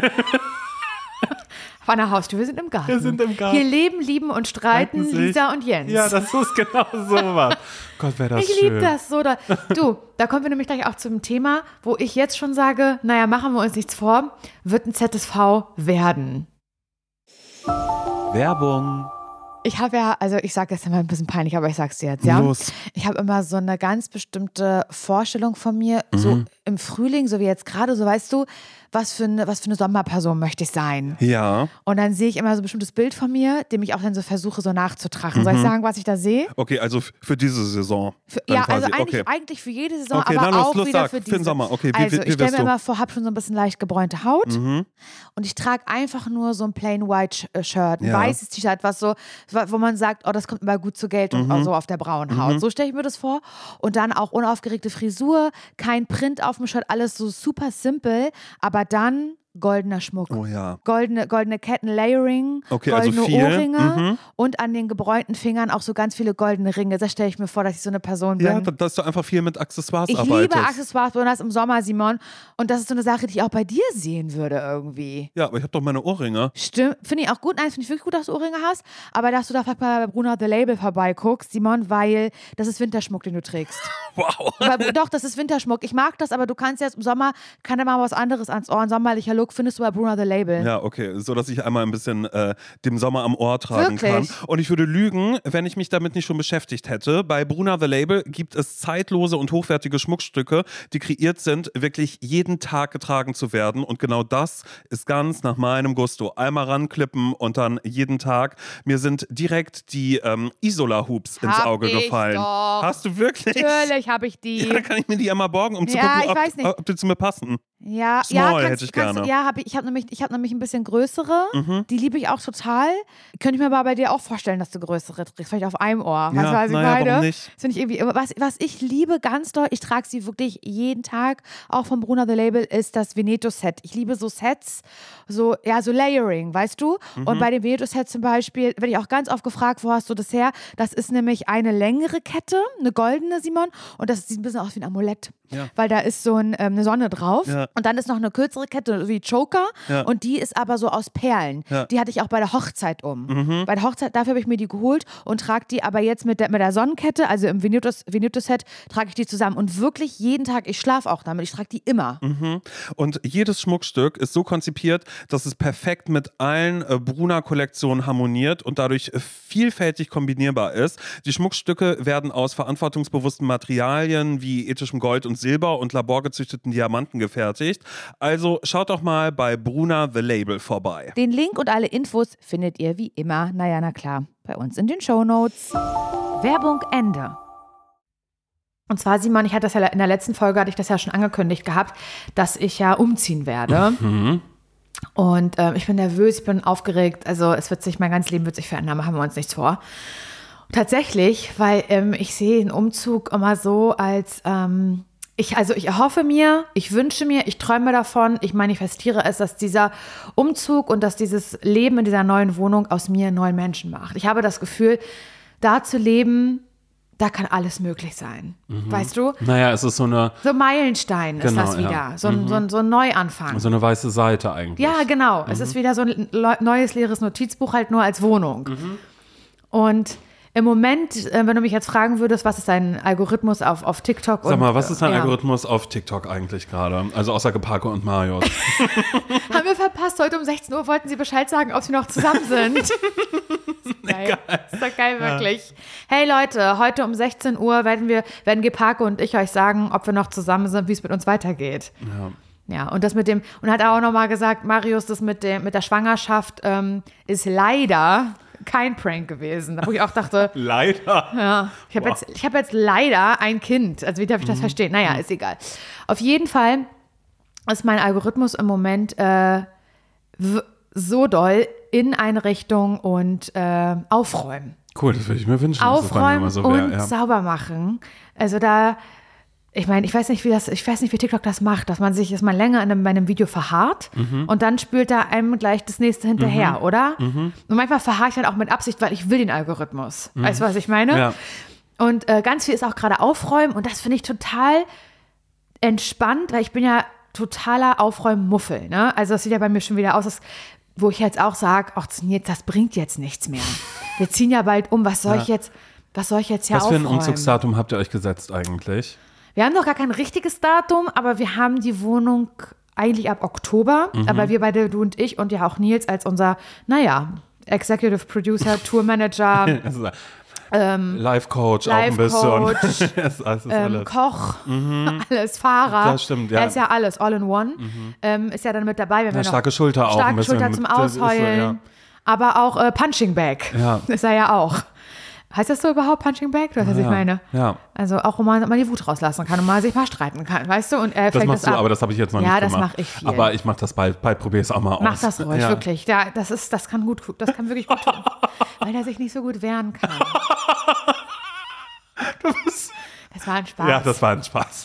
Auf einer Haustür, wir sind im Garten. Wir sind im Garten. Hier leben, lieben und streiten Lisa und Jens. Ja, das ist genau sowas. Gott, wäre das ich schön. Ich liebe das so. Da, du, da kommen wir nämlich gleich auch zum Thema, wo ich jetzt schon sage, naja, machen wir uns nichts vor, wird ein Z S V werden. Werbung. Ich habe ja, also ich sage jetzt immer ein bisschen peinlich, aber ich sage es dir jetzt, ja. Los. Ich habe immer so eine ganz bestimmte Vorstellung von mir, mhm. so im Frühling, so wie jetzt gerade, so weißt du, was für eine, was für eine Sommerperson möchte ich sein. Ja. Und dann sehe ich immer so ein bestimmtes Bild von mir, dem ich auch dann so versuche, so nachzutragen. Mhm. Soll ich sagen, was ich da sehe? Okay, also für diese Saison. Für, ja, quasi. also eigentlich, okay. eigentlich für jede Saison, okay, aber na, los, auch los, wieder sag, für diese. für den Sommer. Okay, wie, also wie, wie ich stelle mir du? immer vor, habe schon so ein bisschen leicht gebräunte Haut mhm. und ich trage einfach nur so ein plain white Shirt, ein ja. weißes T-Shirt, was so, wo man sagt, oh, das kommt immer gut zur Geltung, mhm. so auf der braunen Haut. Mhm. So stelle ich mir das vor. Und dann auch unaufgeregte Frisur, kein Print auf dem Shirt, alles so super simpel, aber dann goldener Schmuck. Oh ja. Goldene, goldene Ketten, Layering, okay, goldene also viel. Ohrringe Mhm. und an den gebräunten Fingern auch so ganz viele goldene Ringe. Das stelle ich mir vor, dass ich so eine Person bin. Ja, dass du einfach viel mit Accessoires ich arbeitest. Ich liebe Accessoires, besonders im Sommer, Simon. Und das ist so eine Sache, die ich auch bei dir sehen würde irgendwie. Ja, aber ich habe doch meine Ohrringe. Stimmt. Finde ich auch gut. Nein, finde ich wirklich gut, dass du Ohrringe hast. Aber dass du da vielleicht mal bei Bruna The Label vorbeiguckst, Simon, weil das ist Winterschmuck, den du trägst. Wow. Aber, doch, das ist Winterschmuck. Ich mag das, aber du kannst jetzt im Sommer, kann da mal was anderes ans Ohr. Ein sommerlicher Look findest du bei Bruna The Label. Ja, okay. So, dass ich einmal ein bisschen äh, dem Sommer am Ohr tragen Wirklich? kann. Und ich würde lügen, wenn ich mich damit nicht schon beschäftigt hätte. Bei Bruna The Label gibt es zeitlose und hochwertige Schmuckstücke, die kreiert sind, wirklich jeden Tag getragen zu werden. Und genau das ist ganz nach meinem Gusto. Einmal ranklippen und dann jeden Tag. Mir sind direkt die ähm, Isola-Hoops ins Hab Auge ich gefallen. Doch. Hast du wirklich? Natürlich habe ich die. Ja, kann ich mir die einmal borgen, um zu Ja, gucken, ich ob, weiß nicht. ob die zu mir passen. Ja, Small ja, kannst, hätte ich kannst, gerne. Ja, hab ich, ich habe nämlich, ich hab nämlich ein bisschen größere. Mhm. Die liebe ich auch total. Könnte ich mir aber bei dir auch vorstellen, dass du größere trägst. Vielleicht auf einem Ohr. Ja, weißt du, was ich naja, meine? warum nicht? Das finde ich irgendwie, was, was ich liebe ganz doll, ich trage sie wirklich jeden Tag, auch vom Bruna The Label, ist das Veneto-Set. Ich liebe so Sets, so, ja, so Layering, weißt du? Mhm. Und bei dem Veneto-Set zum Beispiel, werde ich auch ganz oft gefragt, wo hast du das her? Das ist nämlich eine längere Kette, eine goldene, Simon, und das sieht ein bisschen aus wie ein Amulett. Ja. Weil da ist so ein, ähm, eine Sonne drauf. Ja. Und dann ist noch eine kürzere Kette wie Choker Ja. und die ist aber so aus Perlen. Ja. Die hatte ich auch bei der Hochzeit um. Mhm. Bei der Hochzeit, dafür habe ich mir die geholt und trage die aber jetzt mit der, mit der Sonnenkette, also im Venuto-Set, trage ich die zusammen. Und wirklich jeden Tag, ich schlafe auch damit, ich trage die immer. Mhm. Und jedes Schmuckstück ist so konzipiert, dass es perfekt mit allen äh, Bruna-Kollektionen harmoniert und dadurch äh, vielfältig kombinierbar ist. Die Schmuckstücke werden aus verantwortungsbewussten Materialien wie ethischem Gold und Silber und laborgezüchteten Diamanten gefertigt. Also schaut doch mal bei Bruna The Label vorbei. Den Link und alle Infos findet ihr wie immer, naja, na klar, bei uns in den Shownotes. Werbung Ende. Und zwar, Simon, ich hatte das ja in der letzten Folge, hatte ich das ja schon angekündigt gehabt, dass ich ja umziehen werde. Mhm. Und äh, ich bin nervös, ich bin aufgeregt. Also es wird sich, mein ganzes Leben wird sich verändern, machen wir uns nichts vor. Tatsächlich, weil ähm, ich sehe den Umzug immer so als, ähm, ich, also ich erhoffe mir, ich wünsche mir, ich träume davon, ich manifestiere es, dass dieser Umzug und dass dieses Leben in dieser neuen Wohnung aus mir einen neuen Menschen macht. Ich habe das Gefühl, da zu leben, da kann alles möglich sein. Mhm. Weißt du? Naja, es ist so eine, So Meilenstein ist Genau, das wieder. ja. So, ein, Mhm. so, ein, so ein Neuanfang. so eine weiße Seite eigentlich. Ja, genau. Es ist wieder so ein le- neues, leeres Notizbuch, halt nur als Wohnung. Und im Moment, äh, wenn du mich jetzt fragen würdest, was ist dein Algorithmus auf, auf TikTok? Sag und, mal, was ist dein ja. Algorithmus auf TikTok eigentlich gerade? Also außer Geparke und Marius. Haben wir verpasst. Heute um sechzehn Uhr wollten sie Bescheid sagen, ob sie noch zusammen sind. ist geil. Ist doch geil, wirklich. Hey Leute, heute um sechzehn Uhr werden wir, werden Geparke und ich euch sagen, ob wir noch zusammen sind, wie es mit uns weitergeht. Ja. Ja, und das mit dem, und hat auch nochmal gesagt, Marius, das mit, dem, mit der Schwangerschaft ähm, ist leider kein Prank gewesen. Wo ich auch dachte, Leider. ja, ich habe Wow. jetzt, ich hab jetzt leider ein Kind. Also wie darf ich das verstehen? Naja, ist egal. Auf jeden Fall ist mein Algorithmus im Moment äh, w- so doll in Einrichtung und äh, aufräumen. Cool, das würde ich mir wünschen. dass das bei mir Aufräumen immer so wär, und ja. sauber machen. Also da, ich meine, ich weiß nicht, wie das, ich weiß nicht, wie TikTok das macht, dass man sich, dass man länger in einem, bei einem Video verharrt Mhm. und dann spült da einem gleich das nächste hinterher, oder? Mhm. Und manchmal verharre ich dann auch mit Absicht, weil ich will den Algorithmus. Weißt du, was ich meine? Ja. Und äh, ganz viel ist auch gerade Aufräumen und das finde ich total entspannt, weil ich bin ja totaler Aufräummuffel. Ne? Also das sieht ja bei mir schon wieder aus, dass, wo ich jetzt auch sage, ach, das bringt jetzt nichts mehr. Wir ziehen ja bald um, was soll Ja. ich jetzt, was soll ich jetzt hier Was für ein aufräumen? Umzugsdatum habt ihr euch gesetzt eigentlich? Wir haben noch gar kein richtiges Datum, aber wir haben die Wohnung eigentlich ab Oktober. Mhm. Aber wir beide, du und ich und ja auch Nils als unser, naja, Executive Producer, Tourmanager, Ähm, Life-Coach auch ein Life-Coach, bisschen. das, das ist ähm, alles. Koch, alles, Fahrer. Das stimmt, ja. Er ist ja alles, all in one. Ähm, ist ja dann mit dabei. Wenn Ja, wir noch starke Schulter auch ein starke bisschen. Schulter zum Das ist so, Ausheulen. ja. Aber auch äh, Punching Bag. Ja. Ist er ja auch. Heißt das so überhaupt Punching Bag? Du weißt, was ich Ja. meine. Ja. Also auch, wo man mal die Wut rauslassen kann und mal sich mal streiten kann, weißt du? Und er Das fängt machst das du, ab. aber das habe ich jetzt noch Ja, nicht das gemacht. mach ich viel. Aber ich mache das bald. Bald probiere es auch mal aus. Mach das ruhig, ja. wirklich. Ja, das ist, das kann gut, das kann wirklich gut tun. Weil er sich nicht so gut wehren kann. Du bist Das war ein Spaß. ja, das war ein Spaß.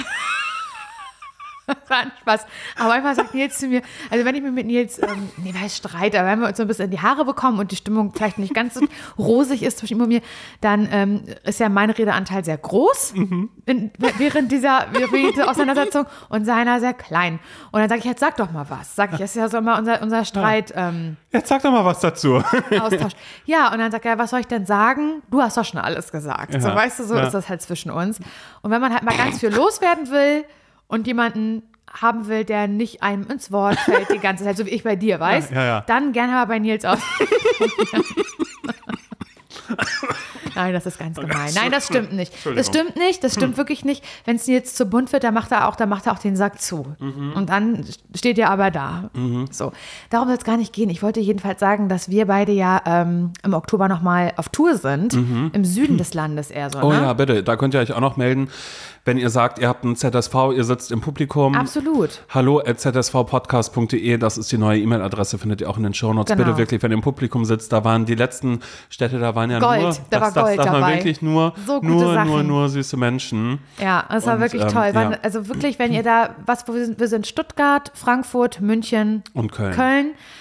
Das war ein Spaß. Aber manchmal sagt Nils zu mir, also wenn ich mich mit Nils, ähm, nee, weil Streit, aber wenn wir uns so ein bisschen in die Haare bekommen und die Stimmung vielleicht nicht ganz so rosig ist zwischen ihm und mir, dann ähm, ist ja mein Redeanteil sehr groß in, während, dieser, während dieser Auseinandersetzung und seiner sehr klein. Und dann sage ich, jetzt sag doch mal was. Sag ich, das ist ja so mal unser, unser Streit. Ähm, Jetzt sag doch mal was dazu. Austausch. Ja, und dann sagt er, was soll ich denn sagen? Du hast doch schon alles gesagt. So, Ja, weißt du, so ja. ist das halt zwischen uns. Und wenn man halt mal ganz viel loswerden will und jemanden haben will, der nicht einem ins Wort fällt die ganze Zeit, so wie ich bei dir, weißt? Ja, ja, ja. Dann gerne mal bei Nils aus. Nein, das ist ganz gemein. Nein, das stimmt nicht. Das stimmt nicht, das stimmt wirklich nicht. Wenn es jetzt zu bunt wird, dann macht er auch, dann macht er auch den Sack zu. Und dann steht er aber da. So. Darum soll es gar nicht gehen. Ich wollte jedenfalls sagen, dass wir beide ja ähm, im Oktober nochmal auf Tour sind. Im Süden des Landes eher so. Oh ne? ja, bitte. Da könnt ihr euch auch noch melden, wenn ihr sagt, ihr habt einen Z S V, ihr sitzt im Publikum. Absolut. Hallo at z s v podcast punkt d e, das ist die neue E-Mail-Adresse, findet ihr auch in den Shownotes. Genau. Bitte wirklich, wenn ihr im Publikum sitzt, da waren die letzten Städte, da waren ja Gold, nur, da war das, Gold das, das waren dabei. wirklich nur, So gute nur, Sachen. nur, nur süße Menschen. Ja, das war Und, wirklich ähm, toll. Wann, ja. Also wirklich, wenn ihr da, was, wo wir sind, wir sind Stuttgart, Frankfurt, München, Und Köln. Köln.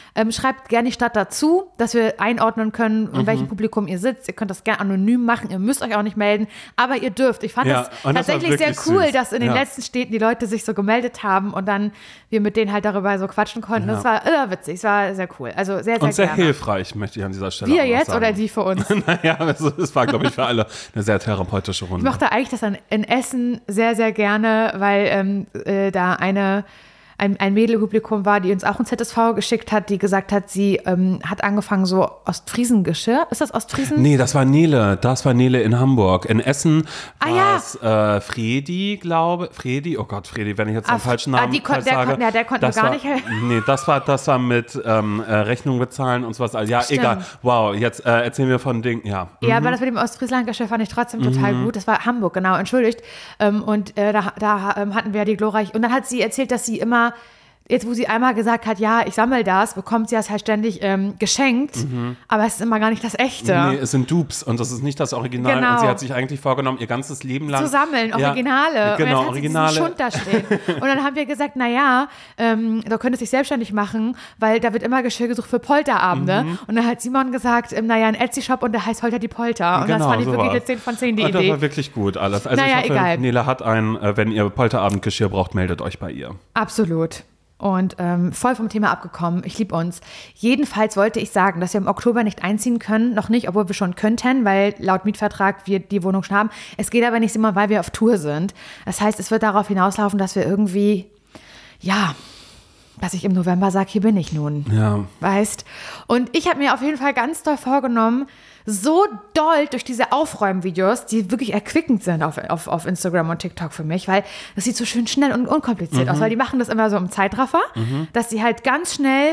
Ähm, schreibt gerne die Stadt dazu, dass wir einordnen können, in Mhm. welchem Publikum ihr sitzt. Ihr könnt das gerne anonym machen, ihr müsst euch auch nicht melden, aber ihr dürft. Ich fand Ja, das und das war tatsächlich sehr wirklich cool, süß. dass in den Ja. letzten Städten die Leute sich so gemeldet haben und dann wir mit denen halt darüber so quatschen konnten. Ja. Das war äh, witzig, es war sehr cool. Also sehr, sehr Und sehr gerne. hilfreich, möchte ich an dieser Stelle Wir auch noch jetzt sagen. oder die für uns? Naja, also, es war, glaube ich, für alle eine sehr therapeutische Runde. Ich mochte eigentlich das an, in Essen sehr, sehr gerne, weil ähm, äh, da eine, ein, ein Mädelpublikum war, die uns auch ein Z S V geschickt hat, die gesagt hat, sie ähm, hat angefangen so Ostfriesengeschirr. Ist das Ostfriesen? Nee, das war Nele. Das war Nele in Hamburg. In Essen Ah, war ja. es äh, Fredi, glaube Fredi, oh Gott, Fredi, wenn ich jetzt Ah, den falschen ah, Namen die kon- falsch der sage. kon- ja, der konnte das gar war, nicht. Nee, das war, das war mit ähm, äh, Rechnung bezahlen und sowas. Ja, Stimmt. egal. Wow, jetzt äh, erzählen wir von Dingen, ja. Ja, aber das mit dem Ostfriesland-Geschirr fand ich trotzdem total gut. Das war Hamburg, genau, entschuldigt. Ähm, und äh, da, da ähm, hatten wir die glorreich. Und dann hat sie erzählt, dass sie immer, jetzt wo sie einmal gesagt hat, ja, ich sammle das, bekommt sie das halt ständig ähm, geschenkt. Aber es ist immer gar nicht das Echte. Nee, es sind Dupes und das ist nicht das Original. Genau. Und sie hat sich eigentlich vorgenommen, ihr ganzes Leben lang Zu sammeln, Originale. Ja, genau, und jetzt hat Originale. sie diesen Schund da stehen. Und dann haben wir gesagt, naja, ähm, du könntest dich selbstständig machen, weil da wird immer Geschirr gesucht für Polterabende. Mhm. Und dann hat Simon gesagt, ähm, naja, ein Etsy-Shop und der heißt Holter die Polter. Und das Genau, fand ich so wirklich war's. eine zehn von zehn die Und das Idee. war wirklich gut alles. Also Naja, ich hoffe, egal. Nele hat ein, äh, wenn ihr Polterabendgeschirr braucht, meldet euch bei ihr. Absolut. Und ähm, voll vom Thema abgekommen. Ich liebe uns. Jedenfalls wollte ich sagen, dass wir im Oktober nicht einziehen können. Noch nicht, obwohl wir schon könnten, weil laut Mietvertrag wir die Wohnung schon haben. Es geht aber nicht immer, weil wir auf Tour sind. Das heißt, es wird darauf hinauslaufen, dass wir irgendwie, ja, dass ich im November sage, hier bin ich nun. Ja. Weißt? Und ich habe mir auf jeden Fall ganz doll vorgenommen, so doll durch diese Aufräumvideos, die wirklich erquickend sind auf, auf, auf Instagram und TikTok für mich, weil das sieht so schön schnell und unkompliziert Mhm. aus, weil die machen das immer so im Zeitraffer, dass sie halt ganz schnell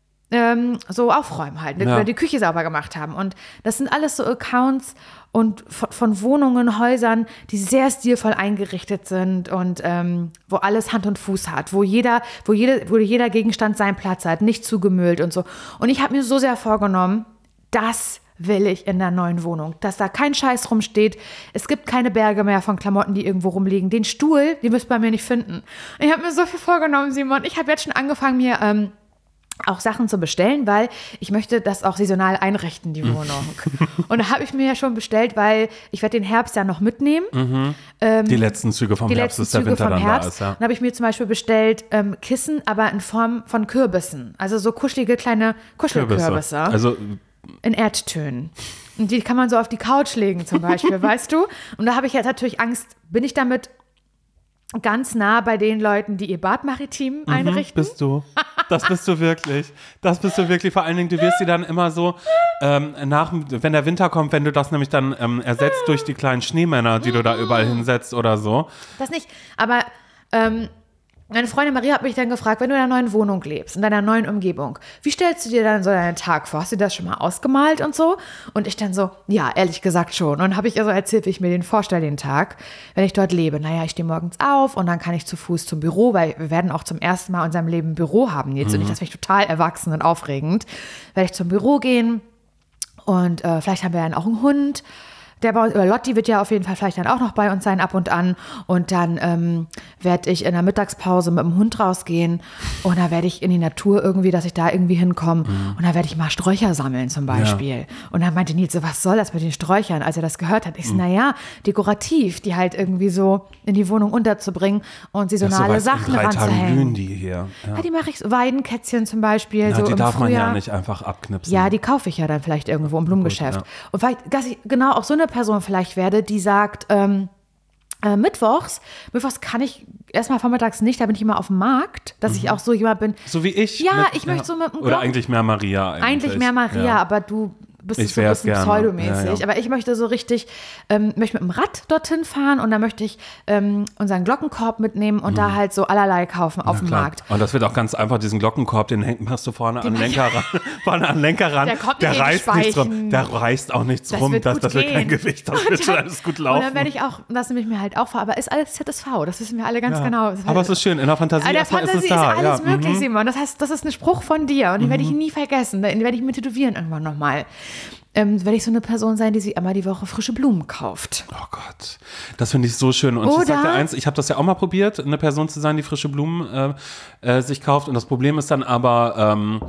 ähm, so aufräumen halt, Ja. oder die Küche sauber gemacht haben. Und das sind alles so Accounts und von, von Wohnungen, Häusern, die sehr stilvoll eingerichtet sind und ähm, wo alles Hand und Fuß hat, wo jeder, wo jede, wo jeder Gegenstand seinen Platz hat, nicht zugemüllt und so. Und ich habe mir so sehr vorgenommen, das will ich in der neuen Wohnung, dass da kein Scheiß rumsteht. Es gibt keine Berge mehr von Klamotten, die irgendwo rumliegen. Den Stuhl, den müsst ihr bei mir nicht finden. Ich habe mir so viel vorgenommen, Simon. Ich habe jetzt schon angefangen, mir ähm, auch Sachen zu bestellen, weil ich möchte das auch saisonal einrichten, die Wohnung. Und da habe ich mir ja schon bestellt, weil ich werde den Herbst ja noch mitnehmen. Ähm, Die letzten Züge vom die Herbst, letzten bis der Züge Winter vom dann Herbst. da ist. Ja. Dann habe ich mir zum Beispiel bestellt ähm, Kissen, aber in Form von Kürbissen. Also so kuschelige kleine Kuschelkürbisse. Also In Erdtönen. Und die kann man so auf die Couch legen zum Beispiel, weißt du? Und da habe ich jetzt natürlich Angst, bin ich damit ganz nah bei den Leuten, die ihr Bad maritim einrichten? bist du. Das bist du wirklich. Das bist du wirklich. Vor allen Dingen, du wirst sie dann immer so, ähm, nach, wenn der Winter kommt, wenn du das nämlich dann ähm, ersetzt durch die kleinen Schneemänner, die du da überall hinsetzt oder so. Das nicht, aber ähm, meine Freundin Maria hat mich dann gefragt, wenn du in einer neuen Wohnung lebst, in deiner neuen Umgebung, wie stellst du dir dann so deinen Tag vor? Hast du das schon mal ausgemalt und so? Und ich dann so, ja, ehrlich gesagt schon. Und dann habe ich ihr so erzählt, wie ich mir den vorstelle, den Tag, wenn ich dort lebe. Naja, ich stehe morgens auf und dann kann ich zu Fuß zum Büro, weil wir werden auch zum ersten Mal in unserem Leben ein Büro haben jetzt. Und ich, das finde ich total erwachsen und aufregend. Werde ich zum Büro gehen und äh, vielleicht haben wir dann auch einen Hund. Der bei uns, oder Lotti wird ja auf jeden Fall vielleicht dann auch noch bei uns sein, ab und an. Und dann ähm, werde ich in der Mittagspause mit dem Hund rausgehen. Und da werde ich in die Natur irgendwie, dass ich da irgendwie hinkomme. Mhm. Und da werde ich mal Sträucher sammeln zum Beispiel. Ja. Und dann meinte Nils so, was soll das mit den Sträuchern, als er das gehört hat? Ich so, mhm. naja, dekorativ, die halt irgendwie so in die Wohnung unterzubringen und saisonale ja, so Sachen ranzuhängen. blühen die hier. Ja. Ja, die mache ich so, Weidenkätzchen zum Beispiel. Ja, so die im darf Frühjahr. man ja nicht einfach abknipsen. Ja, die kaufe ich ja dann vielleicht irgendwo im Blumengeschäft. Gut, ja. Und vielleicht, dass ich genau auch so eine Person vielleicht werde, die sagt, ähm, äh, mittwochs, mittwochs kann ich erstmal vormittags nicht, da bin ich immer auf dem Markt, dass mhm. ich auch so jemand bin. So wie ich. Ja, mit, ich möchte so mit dem Oder eigentlich mehr Maria. Eigentlich, eigentlich mehr Maria, ja. aber du bist ich so ein bisschen gerne. pseudomäßig. Ja, ja. Aber ich möchte so richtig, ähm, möchte mit dem Rad dorthin fahren und dann möchte ich ähm, unseren Glockenkorb mitnehmen und mhm. da halt so allerlei kaufen auf Na, dem klar. Markt. Und das wird auch ganz einfach, diesen Glockenkorb, den häng- machst du vorne an den Lenker ran. Vorne an den Lenker ran. Der kommt der nicht in die reißt nichts rum. Speichen. Der reißt auch nichts Das rum. wird Das, gut das wird kein gehen. Gewicht. Das wird schon alles gut laufen. Und dann werde ich auch, das nehme ich mir halt auch vor, aber ist alles Z S V, das wissen wir alle ganz ja. genau. Aber es ist schön, in der Fantasie, in der erstmal Fantasie ist es da. ist alles ja. möglich, mhm. Simon. Das heißt, das ist ein Spruch von dir und den mhm. werde ich nie vergessen. Den werde ich mir tätowieren irgendwann nochmal. Ähm, werde ich so eine Person sein, die sich einmal die Woche frische Blumen kauft. Oh Gott, das finde ich so schön. Und Oder? ich sag dir eins, ich habe das ja auch mal probiert, eine Person zu sein, die frische Blumen äh, äh, sich kauft. Und das Problem ist dann aber, ähm,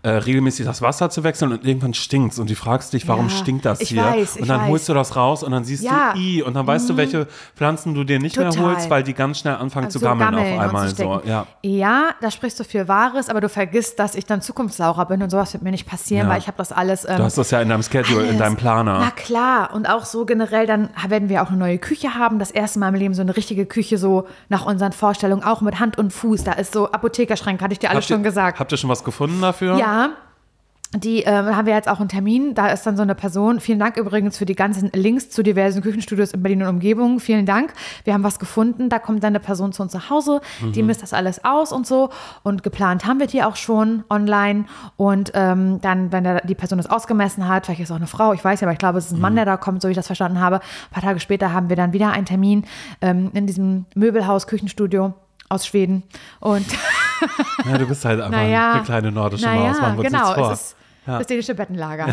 äh, regelmäßig das Wasser zu wechseln und irgendwann stinkt's und du fragst dich, warum Ja, stinkt das ich hier? weiß, und ich dann weiß. holst du das raus und dann siehst Ja. du, i, und dann weißt du, welche Pflanzen du dir nicht Total. mehr holst, weil die ganz schnell anfangen Also zu gammeln, gammeln auf und einmal. zu So, stinken. ja. Ja, da sprichst du viel Wahres, aber du vergisst, dass ich dann Zukunftssaurer bin und sowas wird mir nicht passieren, Ja. weil ich habe das alles. Ähm, Du hast das ja in deinem Schedule, alles. in deinem Planer. Na klar, und auch so generell, dann werden wir auch eine neue Küche haben. Das erste Mal im Leben so eine richtige Küche, so nach unseren Vorstellungen, auch mit Hand und Fuß. Da ist so Apothekerschrank, hatte ich dir alles Habt ihr- schon gesagt. Habt ihr schon was gefunden dafür? Ja. Die äh, haben wir jetzt auch einen Termin. Da ist dann so eine Person. Vielen Dank übrigens für die ganzen Links zu diversen Küchenstudios in Berlin und Umgebung. Vielen Dank. Wir haben was gefunden. Da kommt dann eine Person zu uns nach Hause. Mhm. Die misst das alles aus und so. Und geplant haben wir die auch schon online. Und ähm, dann, wenn der, die Person das ausgemessen hat, vielleicht ist es auch eine Frau, ich weiß ja, aber ich glaube, es ist ein Mhm. Mann, der da kommt, so wie ich das verstanden habe. Ein paar Tage später haben wir dann wieder einen Termin ähm, in diesem Möbelhaus, Küchenstudio aus Schweden. Und Ja, du bist halt einfach naja, eine kleine nordische naja, Maus, machen wir uns genau, nichts vor. es ist Ja. das dänische Bettenlager.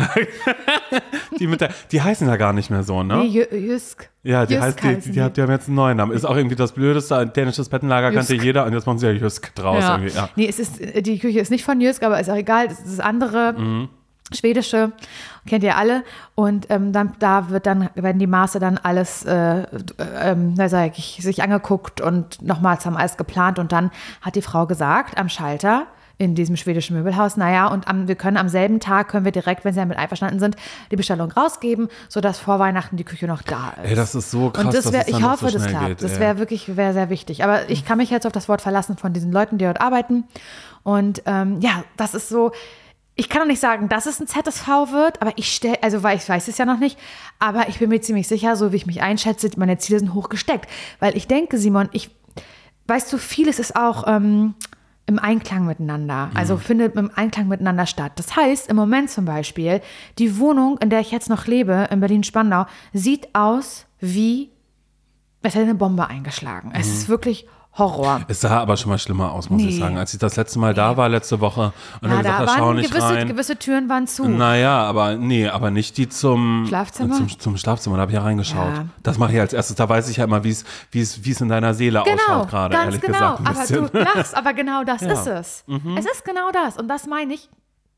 Die, mit der, die heißen ja gar nicht mehr so, ne? Nee, Jü- Jysk. Ja, die, Jysk heißt, die, heißen die, die, die haben jetzt einen neuen Namen. Ist auch irgendwie das Blödeste, ein dänisches Bettenlager kannte Jysk. jeder und jetzt machen sie ja Jysk draus. Ja. Irgendwie. Ja. Nee, es ist, die Küche ist nicht von Jysk, aber ist auch egal. Das ist das andere. Mhm. Schwedische, kennt ihr alle. Und ähm, dann, da wird dann, werden die Maße dann alles, äh, ähm, na, sag ich, sich angeguckt und nochmals haben alles geplant. Und dann hat die Frau gesagt, am Schalter in diesem schwedischen Möbelhaus, naja, und am, wir können am selben Tag, können wir direkt, wenn sie damit einverstanden sind, die Bestellung rausgeben, sodass vor Weihnachten die Küche noch da ist. Ey, das ist so krass, und das wär, dass es dann ich noch hoffe, so das schnell klappt. geht, das ey. wäre wirklich wär sehr wichtig. Aber ich kann mich jetzt auf das Wort verlassen von diesen Leuten, die dort arbeiten. Und ähm, ja, das ist so. Ich kann auch nicht sagen, dass es ein Z S V wird, aber ich stelle, also weil ich weiß es ja noch nicht, aber ich bin mir ziemlich sicher, so wie ich mich einschätze, meine Ziele sind hoch gesteckt. Weil ich denke, Simon, ich, weißt du, vieles ist auch ähm, im Einklang miteinander, also findet im Einklang miteinander statt. Das heißt, im Moment zum Beispiel, die Wohnung, in der ich jetzt noch lebe, in Berlin-Spandau, sieht aus wie, es hätte eine Bombe eingeschlagen. Es ist wirklich Horror. Es sah aber schon mal schlimmer aus, muss Nee. ich sagen. Als ich das letzte Mal da war, letzte Woche, und Ja, dann gesagt, da da schau waren nicht gewisse, rein. gewisse Türen waren zu. Naja, aber nee, aber nicht die zum Schlafzimmer? Zum, zum Schlafzimmer, da habe ich ja reingeschaut. Ja. Das mache ich als erstes. Da weiß ich ja immer, wie es wie es wie es in deiner Seele Genau, ausschaut gerade, ganz ehrlich genau. gesagt. Ein Aber bisschen. du lachst, aber genau das Ja. ist es. Es ist genau das. Und das meine ich.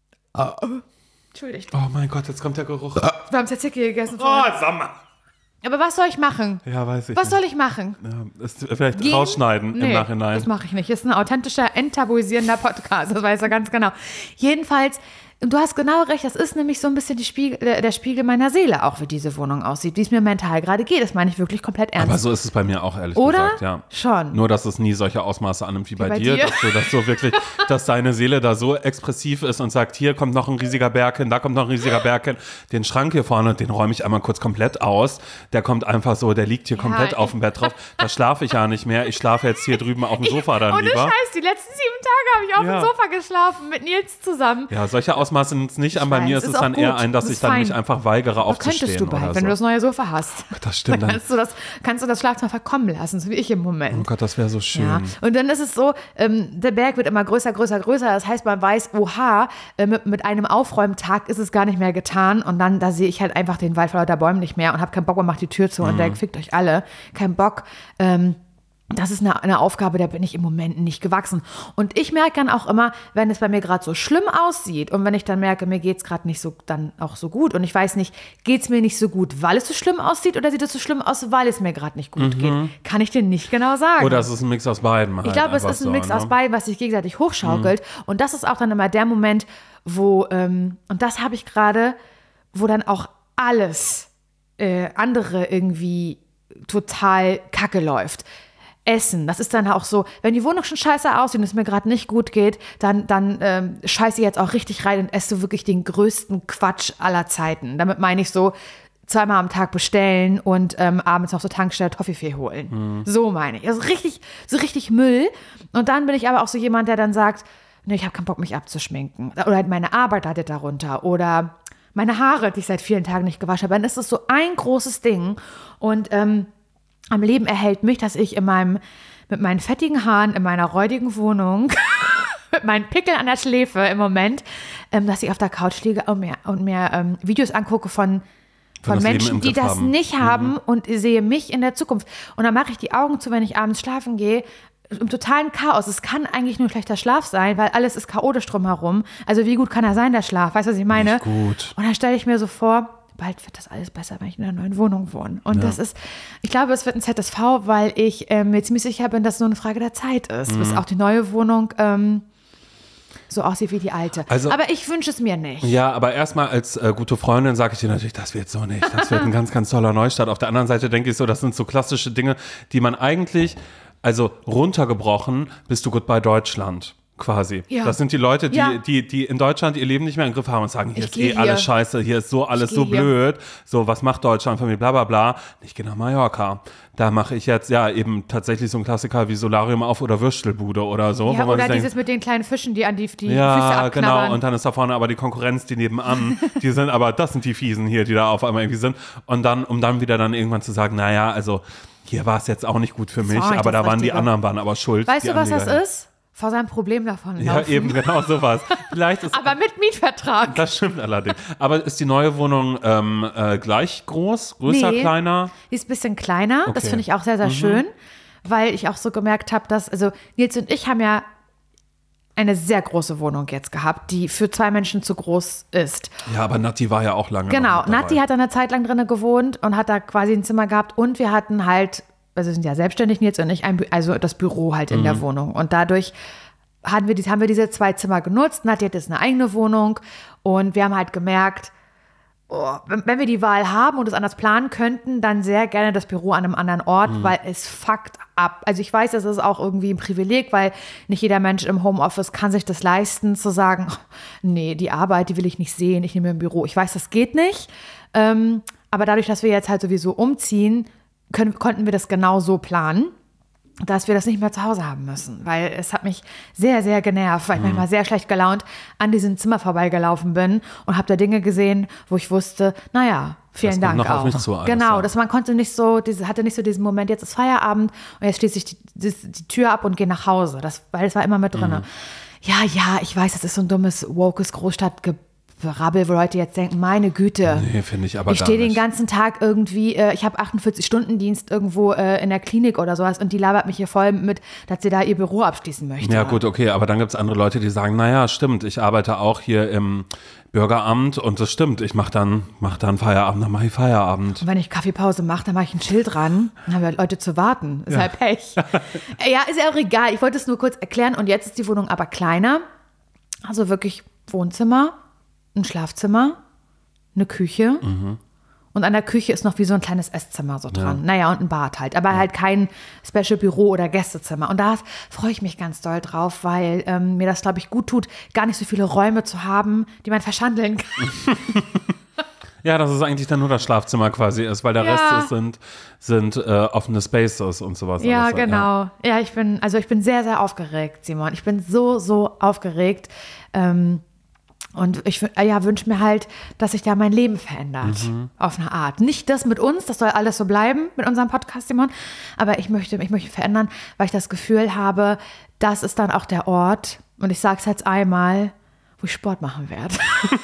Entschuldigt. Oh mein Gott, jetzt kommt der Geruch. Wir haben Tzatziki gegessen. Oh, vorhin. sag mal. Aber was soll ich machen? Ja, weiß ich Was nicht. soll ich machen? Ja, ist vielleicht Gehen? rausschneiden Nee, im Nachhinein. das mache ich nicht. Das ist ein authentischer, enttabuisierender Podcast. Das weiß er ganz genau. Jedenfalls, du hast genau recht, das ist nämlich so ein bisschen die Spiegel, der, der Spiegel meiner Seele, auch wie diese Wohnung aussieht, wie es mir mental gerade geht. Das meine ich wirklich komplett ernst. Aber so ist es bei mir auch, ehrlich Oder? gesagt, ja. Schon. Nur, dass es nie solche Ausmaße annimmt wie bei, bei dir, dir. Dass, du, dass du wirklich, dass deine Seele da so expressiv ist und sagt, hier kommt noch ein riesiger Berg hin, da kommt noch ein riesiger Berg hin. Den Schrank hier vorne, den räume ich einmal kurz komplett aus. Der kommt einfach so, der liegt hier komplett ich- auf dem Bett drauf. Da schlafe ich ja nicht mehr. Ich schlafe jetzt hier drüben auf dem Sofa dann Ohne lieber. Scheiß, die letzten sieben Tage habe ich auf Ja. dem Sofa geschlafen mit Nils zusammen. Ja, solche Ausmaße sind es nicht an. Bei weiß, mir ist ist es auch dann eher gut. ein, dass Das ich ist dann fein. mich einfach weigere Aber aufzustehen. könntest du bald, oder wenn so. du das neue Sofa hast. Das stimmt dann. Kannst du das, kannst du das Schlafzimmer verkommen lassen, so wie ich im Moment. Oh Gott, das wäre so schön. Ja. Und dann ist es so, ähm, der Berg wird immer größer, größer, größer. Das heißt, man weiß, oha, äh, mit, mit einem Aufräumtag ist es gar nicht mehr getan. Und dann, da sehe ich halt einfach den Wald vor lauter Bäumen nicht mehr und habe keinen Bock, man macht die Tür zu und denkt, fickt euch alle. Kein Bock. Ähm, das ist eine, eine Aufgabe, der bin ich im Moment nicht gewachsen. Und ich merke dann auch immer, wenn es bei mir gerade so schlimm aussieht und wenn ich dann merke, mir geht es gerade nicht so dann auch so gut und ich weiß nicht, geht es mir nicht so gut, weil es so schlimm aussieht oder sieht es so schlimm aus, weil es mir gerade nicht gut geht, kann ich dir nicht genau sagen. Oder es ist ein Mix aus beiden. Halt Ich glaube, es einfach ist ein so, Mix ne? aus beiden, was sich gegenseitig hochschaukelt. Und das ist auch dann immer der Moment, wo, ähm, und das habe ich gerade, wo dann auch alles äh, andere irgendwie total kacke läuft. Essen, das ist dann auch so, wenn die Wohnung schon scheiße aussieht und es mir gerade nicht gut geht, dann, dann ähm, scheiße ich jetzt auch richtig rein und esse so wirklich den größten Quatsch aller Zeiten. Damit meine ich so, zweimal am Tag bestellen und ähm, abends noch so Tankstelle Toffifee holen. So meine ich. Also richtig, so richtig Müll. Und dann bin ich aber auch so jemand, der dann sagt, nee, ich habe keinen Bock, mich abzuschminken. Oder halt meine Arbeit leidet darunter. Oder meine Haare, die ich seit vielen Tagen nicht gewaschen habe. Dann ist das so ein großes Ding. Und ähm, am Leben erhält mich, dass ich in meinem, mit meinen fettigen Haaren in meiner räudigen Wohnung, mit meinen Pickeln an der Schläfe im Moment, ähm, dass ich auf der Couch liege und mir, und mir ähm, Videos angucke von, von das Leben Menschen, im die Griff das haben. nicht haben und sehe mich in der Zukunft. Und dann mache ich die Augen zu, wenn ich abends schlafen gehe, im totalen Chaos. Es kann eigentlich nur schlechter Schlaf sein, weil alles ist chaotisch drumherum. Also wie gut kann er sein, der Schlaf? Weißt du, was ich meine? Nicht gut. Und dann stelle ich mir so vor, bald wird das alles besser, wenn ich in einer neuen Wohnung wohne. Und ja. das ist, ich glaube, es wird ein Z S V, weil ich äh, mir ziemlich sicher bin, dass es nur eine Frage der Zeit ist, mhm. bis auch die neue Wohnung ähm, so aussieht wie die alte. Also, aber ich wünsche es mir nicht. Ja, aber erstmal als äh, gute Freundin sage ich dir natürlich, das wird so nicht. Das wird ein ganz, ganz toller Neustart. Auf der anderen Seite denke ich so, das sind so klassische Dinge, die man eigentlich, also runtergebrochen, bist du Goodbye Deutschland. Quasi. Ja. Das sind die Leute, die, ja. die, die in Deutschland ihr Leben nicht mehr im Griff haben und sagen, hier ich ist eh hier. alles scheiße, hier ist so alles so blöd. Hier. So, was macht Deutschland für mich, bla bla bla. Ich gehe nach Mallorca. Da mache ich jetzt ja eben tatsächlich so ein Klassiker wie Solarium auf oder Würstelbude oder so. Ja, wo man oder dieses denkt, mit den kleinen Fischen, die an die, die ja, Füße abknabbern. Genau. Und dann ist da vorne aber die Konkurrenz, die nebenan, die sind aber, das sind die Fiesen hier, die da auf einmal irgendwie sind. Und dann, um dann wieder dann irgendwann zu sagen, naja, also hier war es jetzt auch nicht gut für mich, aber da waren Richtige. die anderen waren aber schuld. Weißt du, was Anleger. das ist? Vor seinem Problem davon laufen. Ja, eben, genau sowas. Vielleicht ist, aber mit Mietvertrag. Das stimmt allerdings. Aber ist die neue Wohnung ähm, äh, gleich groß, größer, nee, kleiner? Die ist ein bisschen kleiner. Okay. Das finde ich auch sehr, sehr mhm. schön, weil ich auch so gemerkt habe, dass, also Nils und ich haben ja eine sehr große Wohnung jetzt gehabt, die für zwei Menschen zu groß ist. Ja, aber Nati war ja auch lange Genau, Nati hat eine Zeit lang drin gewohnt und hat da quasi ein Zimmer gehabt und wir hatten halt, also wir sind ja selbstständig jetzt und ich, ein, also das Büro halt in mhm. der Wohnung. Und dadurch hatten wir, haben wir diese zwei Zimmer genutzt. Nati hat jetzt eine eigene Wohnung und wir haben halt gemerkt, oh, wenn, wenn wir die Wahl haben und es anders planen könnten, dann sehr gerne das Büro an einem anderen Ort, mhm. weil es fuckt ab. Also ich weiß, das ist auch irgendwie ein Privileg, weil nicht jeder Mensch im Homeoffice kann sich das leisten, zu sagen, oh, nee, die Arbeit, die will ich nicht sehen, ich nehme ein Büro. Ich weiß, das geht nicht. Ähm, aber dadurch, dass wir jetzt halt sowieso umziehen, Können, konnten wir das genau so planen, dass wir das nicht mehr zu Hause haben müssen. Weil es hat mich sehr, sehr genervt, weil ich manchmal sehr schlecht gelaunt an diesem Zimmer vorbeigelaufen bin und habe da Dinge gesehen, wo ich wusste, naja, vielen Dank noch auch. Auf mich zu alles, genau, ja. dass man konnte nicht so, diese, hatte nicht so diesen Moment, jetzt ist Feierabend und jetzt schließe ich die, die, die Tür ab und gehe nach Hause. Das, weil es war immer mit drin. Mhm. Ja, ja, ich weiß, das ist so ein dummes, wokes Großstadtgebiet. Rabbel, wo Leute jetzt denken, meine Güte. Nee, finde ich aber ich gar stehe nicht. den ganzen Tag irgendwie, äh, ich habe achtundvierzig Stunden Dienst irgendwo äh, in der Klinik oder sowas und die labert mich hier voll mit, dass sie da ihr Büro abschließen möchte. Ja gut, okay, aber dann gibt es andere Leute, die sagen, naja, stimmt, ich arbeite auch hier im Bürgeramt und das stimmt, ich mache dann, mach dann Feierabend, dann mache ich Feierabend. Und wenn ich Kaffeepause mache, dann mache ich ein Schild dran, dann haben wir Leute zu warten. Ist ja. halt Pech. Ja, ist ja auch egal, ich wollte es nur kurz erklären und jetzt ist die Wohnung aber kleiner, also wirklich Wohnzimmer, ein Schlafzimmer, eine Küche mhm. und an der Küche ist noch wie so ein kleines Esszimmer so dran. Ja. Naja, und ein Bad halt, aber ja. halt kein Special-Büro oder Gästezimmer. Und da freue ich mich ganz doll drauf, weil ähm, mir das, glaube ich, gut tut, gar nicht so viele Räume zu haben, die man verschandeln kann. Ja, dass es eigentlich dann nur das Schlafzimmer quasi ist, weil der ja. Rest ist, sind, sind äh, offene Spaces und sowas. Ja, alles. genau. Ja. ja, ich bin, also ich bin sehr, sehr aufgeregt, Simon. Ich bin so, so aufgeregt. Ähm, Und ich ja, wünsche mir halt, dass sich da mein Leben verändert, mhm. auf eine Art. Nicht das mit uns, das soll alles so bleiben mit unserem Podcast, Simon, aber ich möchte ich möchte verändern, weil ich das Gefühl habe, das ist dann auch der Ort, und ich sage es jetzt einmal, wo ich Sport machen werde.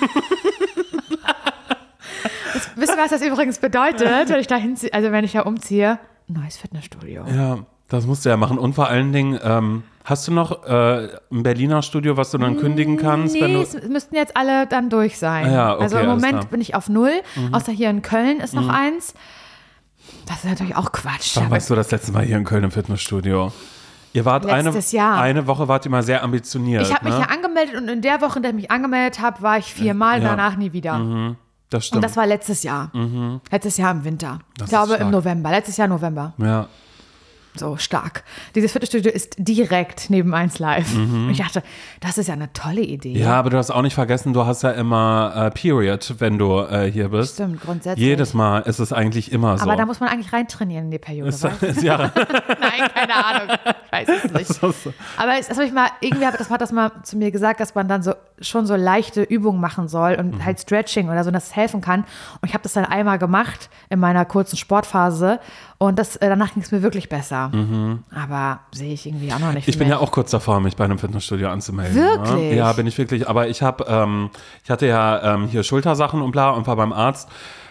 das, wisst ihr, was das übrigens bedeutet, wenn ich da hinziehe, also wenn ich da umziehe? Ein neues Fitnessstudio. Ja, das musst du ja machen. Und vor allen Dingen, ähm, hast du noch äh, ein Berliner Studio, was du dann kündigen kannst? Nee, wenn du es müssten jetzt alle dann durch sein. Ah ja, okay, also im Moment klar. bin ich auf null, mhm. außer hier in Köln ist noch mhm. eins. Das ist natürlich auch Quatsch. Wann warst du das letzte Mal hier in Köln im Fitnessstudio? Ihr wart Letztes eine, Jahr. eine Woche wart ihr mal sehr ambitioniert. Ich habe ne? mich ja angemeldet und in der Woche, in der ich mich angemeldet habe, war ich viermal, ja. danach nie wieder. Mhm. Das stimmt. Und das war letztes Jahr. Mhm. Letztes Jahr im Winter. Das ich glaube im November. Letztes Jahr November. Ja. So stark. Dieses Fitnessstudio ist direkt neben eins Live. Mhm. Und ich dachte, das ist ja eine tolle Idee. Ja, aber du hast auch nicht vergessen, du hast ja immer äh, Period, wenn du äh, hier bist. Stimmt, grundsätzlich. Jedes Mal ist es eigentlich immer so. Aber da muss man eigentlich reintrainieren in die Periode. Ist, ist, ja. Nein, keine Ahnung. Ich weiß es nicht. So. Aber das habe ich mal, irgendwie hat das, hat das mal zu mir gesagt, dass man dann so schon so leichte Übungen machen soll und mhm. halt Stretching oder so, dass es helfen kann. Und ich habe das dann einmal gemacht in meiner kurzen Sportphase. Und das, äh, danach ging es mir wirklich besser. Mhm. Aber sehe ich irgendwie auch noch nicht. Ich bin ja auch kurz davor, mich bei einem Fitnessstudio anzumelden. Wirklich? Ne? Ja, bin ich wirklich. Aber ich habe, ähm, ich hatte ja ähm, hier Schultersachen und bla und war beim Arzt.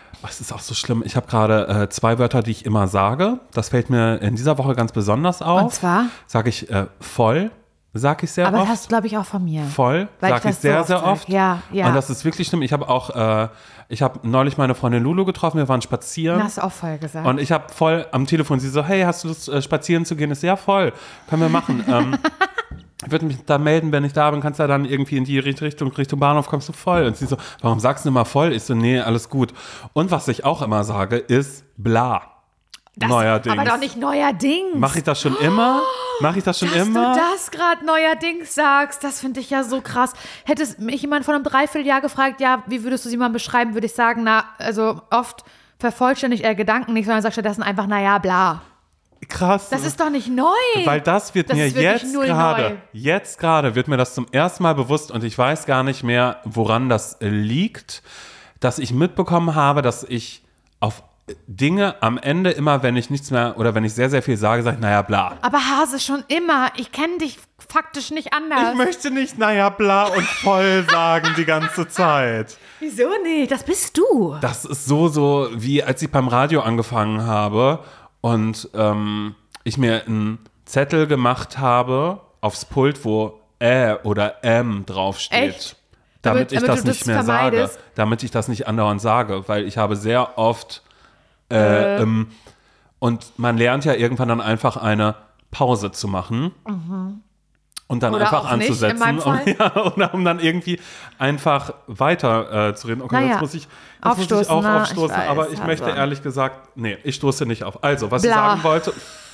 Es ist auch so schlimm. Ich habe gerade äh, zwei Wörter, die ich immer sage. Das fällt mir in dieser Woche ganz besonders auf. Und zwar? Sage ich äh, voll. Sag ich sehr Aber oft. das hast du, glaube ich, auch von mir. Voll, Weil sag ich, ich das sehr, so oft sehr sag. oft. Ja, ja. Und das ist wirklich schlimm. Ich habe auch, äh, ich habe neulich meine Freundin Lulu getroffen, wir waren spazieren. Das hast du auch voll gesagt. Und ich habe voll am Telefon, sie so, hey, hast du Lust, äh, spazieren zu gehen? Ich so, ja, voll, können wir machen. ähm, ich würde mich da melden, wenn ich da bin, kannst du ja dann irgendwie in die Richtung, Richtung Bahnhof, kommst du voll. Und sie so, warum sagst du immer voll? Ich so, nee, alles gut. Und was ich auch immer sage, ist bla. Das, neuerdings. Aber doch nicht neuerdings. Mache ich das schon immer? Mache ich das schon Dass immer? du das gerade neuerdings sagst, das finde ich ja so krass. Hättest mich jemand vor einem Dreivierteljahr gefragt, ja, wie würdest du sie mal beschreiben, würde ich sagen, na, also oft vervollständigt er Gedanken nicht, sondern sagt stattdessen einfach, naja, bla. Krass. Das ist doch nicht neu. Weil das wird Das mir ist wirklich jetzt null gerade, neu. jetzt gerade wird mir das zum ersten Mal bewusst und ich weiß gar nicht mehr, woran das liegt, dass ich mitbekommen habe, dass ich auf Dinge am Ende immer, wenn ich nichts mehr oder wenn ich sehr, sehr viel sage, sage ich, naja, bla. Aber Hase, schon immer. Ich kenne dich faktisch nicht anders. Ich möchte nicht, naja, bla und voll sagen die ganze Zeit. Wieso nicht? Das bist du. Das ist so, so, wie als ich beim Radio angefangen habe und ähm, ich mir einen Zettel gemacht habe aufs Pult, wo Ä oder M draufsteht. Echt? Damit, Damit- ich damit das du nicht das mehr sage. vermeidest? Damit ich das nicht andauernd sage, weil ich habe sehr oft äh, Äh. ähm, und man lernt ja irgendwann dann einfach eine Pause zu machen. Und dann Oder einfach auch nicht, in anzusetzen, meinem um, Fall. ja, um, um dann irgendwie einfach weiter äh, zu reden. Okay, Naja, jetzt muss ich, jetzt muss ich aufstoßen, auch na, aufstoßen, ich weiß, aber ich also. möchte ehrlich gesagt, nee, ich stoße nicht auf. Also, was Bla. ich sagen wollte,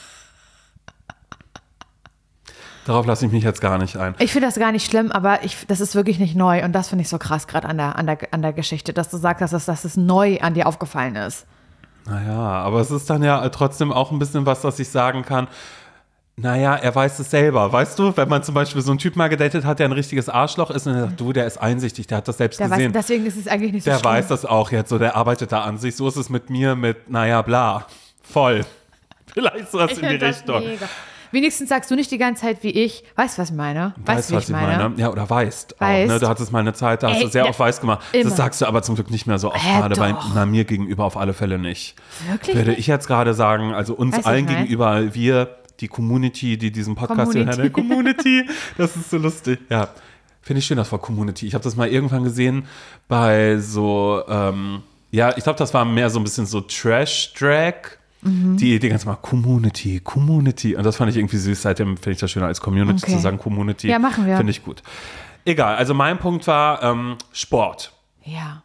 darauf lasse ich mich jetzt gar nicht ein. Ich finde das gar nicht schlimm, aber ich, das ist wirklich nicht neu. Und das finde ich so krass gerade an der, an, der, an der Geschichte, dass du sagst, dass es, dass es neu an dir aufgefallen ist. Naja, aber es ist dann ja trotzdem auch ein bisschen was, was ich sagen kann. Naja, er weiß es selber, weißt du? Wenn man zum Beispiel so einen Typ mal gedatet hat, der ein richtiges Arschloch ist und er sagt, du, der ist einsichtig, der hat das selbst Der weiß, gesehen. deswegen ist es eigentlich nicht so Der schlimm. weiß das auch jetzt so, der arbeitet da an sich. So ist es mit mir mit, naja, bla. Voll. Vielleicht sowas Ich in die find das Richtung. mega. Wenigstens sagst du nicht die ganze Zeit wie ich. Weißt du, was ich meine? Weißt du, was ich meine? Ja, oder weißt. Weißt. Auch, ne? Du hattest mal eine Zeit, da hast Ey, du sehr ja, oft weiß gemacht. immer. Das sagst du aber zum Glück nicht mehr so oft, Hä, gerade bei doch. na, mir gegenüber auf alle Fälle nicht. Wirklich Würde nicht? ich jetzt gerade sagen, also uns Weißt du, allen was ich mein? gegenüber, wir, die Community, die diesen Podcast hier Community. hören, Community, das ist so lustig. Ja, finde ich schön, das Wort Community. Ich habe das mal irgendwann gesehen bei so, ähm, ja, ich glaube, das war mehr so ein bisschen so Trash-Drag. Mhm. Die Idee ganz mal Community, Community. Und das fand ich irgendwie süß. Seitdem finde ich das schöner als Community Okay. zu sagen Community. Ja, machen wir. Finde ich gut. Egal, also mein Punkt war ähm, Sport. Ja.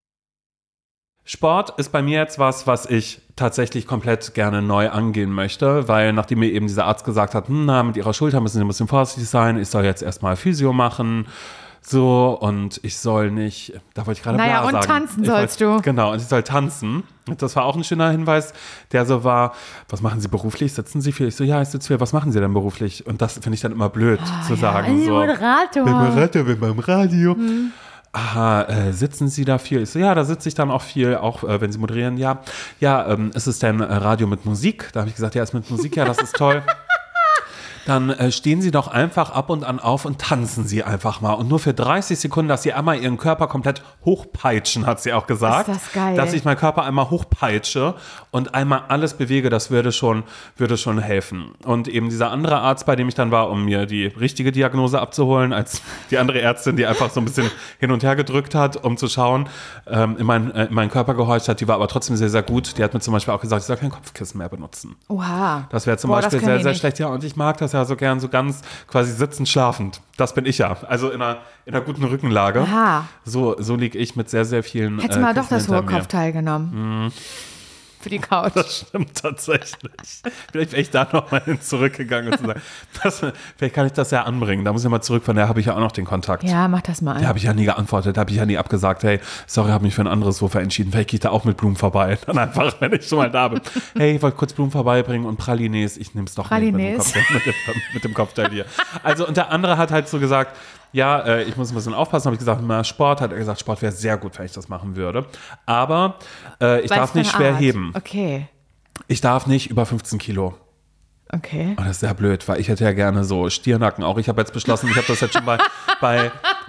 Sport ist bei mir jetzt was, was ich tatsächlich komplett gerne neu angehen möchte, weil nachdem mir eben dieser Arzt gesagt hat, hm, na, mit ihrer Schulter müssen Sie ein bisschen vorsichtig sein, ich soll jetzt erstmal Physio machen, so, und ich soll nicht, da wollte ich gerade Naja, bla und sagen. tanzen Ich sollst wollte, du. Genau, und ich soll tanzen. Das war auch ein schöner Hinweis, der so war, was machen Sie beruflich? Sitzen Sie viel? Ich so, ja, ich sitze viel. Was machen Sie denn beruflich? Und das finde ich dann immer blöd zu sagen. Ein So, Moderator. bin Moderator, bin beim Radio. Aha, äh, sitzen Sie da viel? Ich so, ja, da sitze ich dann auch viel, auch äh, wenn Sie moderieren, ja. Ja, ähm, ist es denn äh, Radio mit Musik? Da habe ich gesagt, ja, ist mit Musik, ja, das ist toll. Dann äh, stehen Sie doch einfach ab und an auf und tanzen Sie einfach mal. Und nur für dreißig Sekunden, dass Sie einmal Ihren Körper komplett hochpeitschen, hat sie auch gesagt. Ist das geil. Dass ich meinen Körper einmal hochpeitsche und einmal alles bewege, das würde schon, würde schon helfen. Und eben dieser andere Arzt, bei dem ich dann war, um mir die richtige Diagnose abzuholen, als die andere Ärztin, die einfach so ein bisschen hin und her gedrückt hat, um zu schauen, ähm, in, mein, äh, in meinen Körper gehorcht hat, die war aber trotzdem sehr, sehr gut. Die hat mir zum Beispiel auch gesagt, ich soll kein Kopfkissen mehr benutzen. Oha. Das wäre zum Boah, das Beispiel können sehr, die sehr nicht. schlecht. Ja, und ich mag das ja so gern, so ganz quasi sitzend schlafend. Das bin ich ja. Also in einer, in einer guten Rückenlage. Aha. So, so liege ich mit sehr, sehr vielen. Hättest du äh, mal doch Kissen das hohe hinter mir. Kopfteil genommen. Für die Couch. Das stimmt tatsächlich. Vielleicht wäre ich da noch mal hin zurückgegangen und zu sagen, das, vielleicht kann ich das ja anbringen. Da muss ich mal zurück, von der habe ich ja auch noch den Kontakt. Ja, mach das mal. Da habe ich ja nie geantwortet, da habe ich ja nie abgesagt, hey, sorry, habe mich für ein anderes Sofa entschieden, vielleicht gehe ich da auch mit Blumen vorbei. Dann einfach, wenn ich schon mal da bin. Hey, ich wollte kurz Blumen vorbeibringen und Pralines, ich nehme es doch nicht mit dem, Pralines. Kopfteil, mit, dem, mit dem Kopfteil hier. Also und der andere hat halt so gesagt, ja, äh, ich muss ein bisschen aufpassen, habe ich gesagt, na, Sport, hat er gesagt, Sport wäre sehr gut, wenn ich das machen würde. Aber äh, ich Weil darf für nicht eine schwer Art. heben. Okay. Ich darf nicht über fünfzehn Kilo. Okay. Oh, das ist sehr blöd, weil ich hätte ja gerne so Stiernacken auch. Ich habe jetzt beschlossen, ich habe das jetzt schon bei, bei,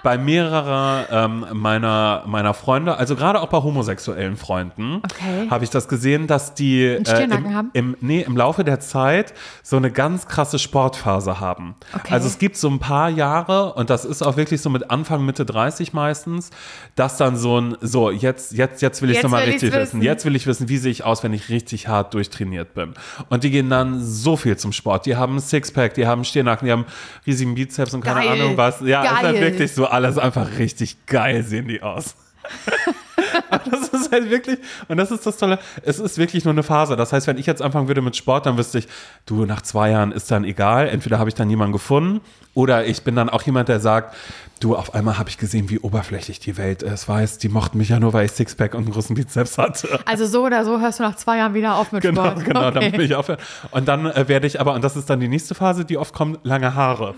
bei mehreren ähm, meiner, meiner Freunde, also gerade auch bei homosexuellen Freunden, okay. habe ich das gesehen, dass die äh, im, haben? Im, nee, im Laufe der Zeit so eine ganz krasse Sportphase haben. Okay. Also es gibt so ein paar Jahre, und das ist auch wirklich so mit Anfang, Mitte dreißig meistens, dass dann so ein, so jetzt, jetzt, jetzt will ich es nochmal richtig wissen. wissen. Jetzt will ich wissen, wie sehe ich aus, wenn ich richtig hart durchtrainiert bin. Und die gehen dann so viel zum Sport. Die haben ein Sixpack, die haben Stirnacken, die haben riesigen Bizeps und keine geil. Ahnung was. Ja, geil. ist halt wirklich so alles einfach richtig geil sehen die aus. Aber das ist halt wirklich, und das ist das Tolle, es ist wirklich nur eine Phase. Das heißt, wenn ich jetzt anfangen würde mit Sport, dann wüsste ich, du, nach zwei Jahren ist dann egal. Entweder habe ich dann jemanden gefunden oder ich bin dann auch jemand, der sagt, du, auf einmal habe ich gesehen, wie oberflächlich die Welt ist. Weißt, die mochten mich ja nur, weil ich Sixpack und einen großen Bizeps hatte. Also so oder so hörst du nach zwei Jahren wieder auf mit genau, Sport. Genau, okay. dann bin ich aufhören. Und dann äh, werde ich aber, und das ist dann die nächste Phase, die oft kommt, lange Haare.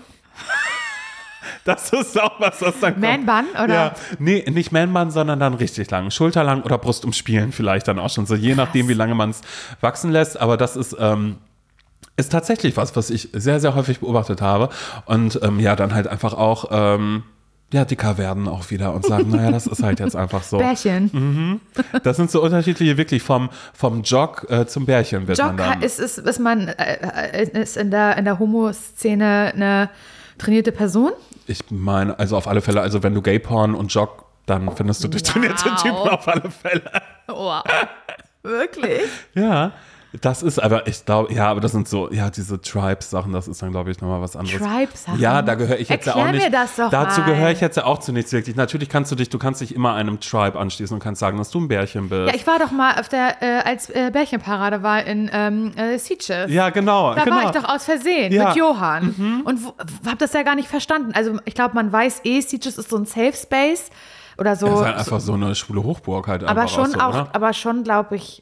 Das ist auch was, was dann kommt. Man-Bun, oder? Ja, nee, nicht Man-Bun, sondern dann richtig lang. Schulterlang oder Brust umspielen vielleicht dann auch schon so, je Krass. nachdem, wie lange man es wachsen lässt. Aber das ist, ähm, ist tatsächlich was, was ich sehr, sehr häufig beobachtet habe. Und ähm, ja, dann halt einfach auch ähm, ja, dicker werden auch wieder und sagen, naja, das ist halt jetzt einfach so. Bärchen. Mhm. Das sind so unterschiedliche, wirklich vom, vom Jog äh, zum Bärchen wird Jog man dann. Ist, ist, ist man äh, ist in der, in der Homo-Szene eine trainierte Person? Ich meine, also auf alle Fälle, also wenn du Gay-Porn und Jog, dann findest du durchtrainierte Wow. Typen auf alle Fälle. Wow. Wirklich? Ja, das ist aber, ich glaube, ja, aber das sind so, ja, diese Tribes-Sachen, das ist dann, glaube ich, nochmal was anderes. Tribes-Sachen? Ja, da gehöre ich jetzt Erklär ja auch nicht. mir das doch dazu mal. gehöre ich jetzt ja auch zu nichts wirklich. Natürlich kannst du dich, du kannst dich immer einem Tribe anschließen und kannst sagen, dass du ein Bärchen bist. Ja, ich war doch mal auf der, äh, als äh, Bärchenparade war in ähm, äh, Sitges. Ja, genau. Da genau. war ich doch aus Versehen Ja. mit Johann. Mhm. Und w- hab das ja gar nicht verstanden. Also ich glaube, man weiß eh, Sitges ist so ein Safe Space oder so. Das ist halt einfach so eine schwule Hochburg halt. aber einfach schon so, auch, oder? aber schon, glaube ich,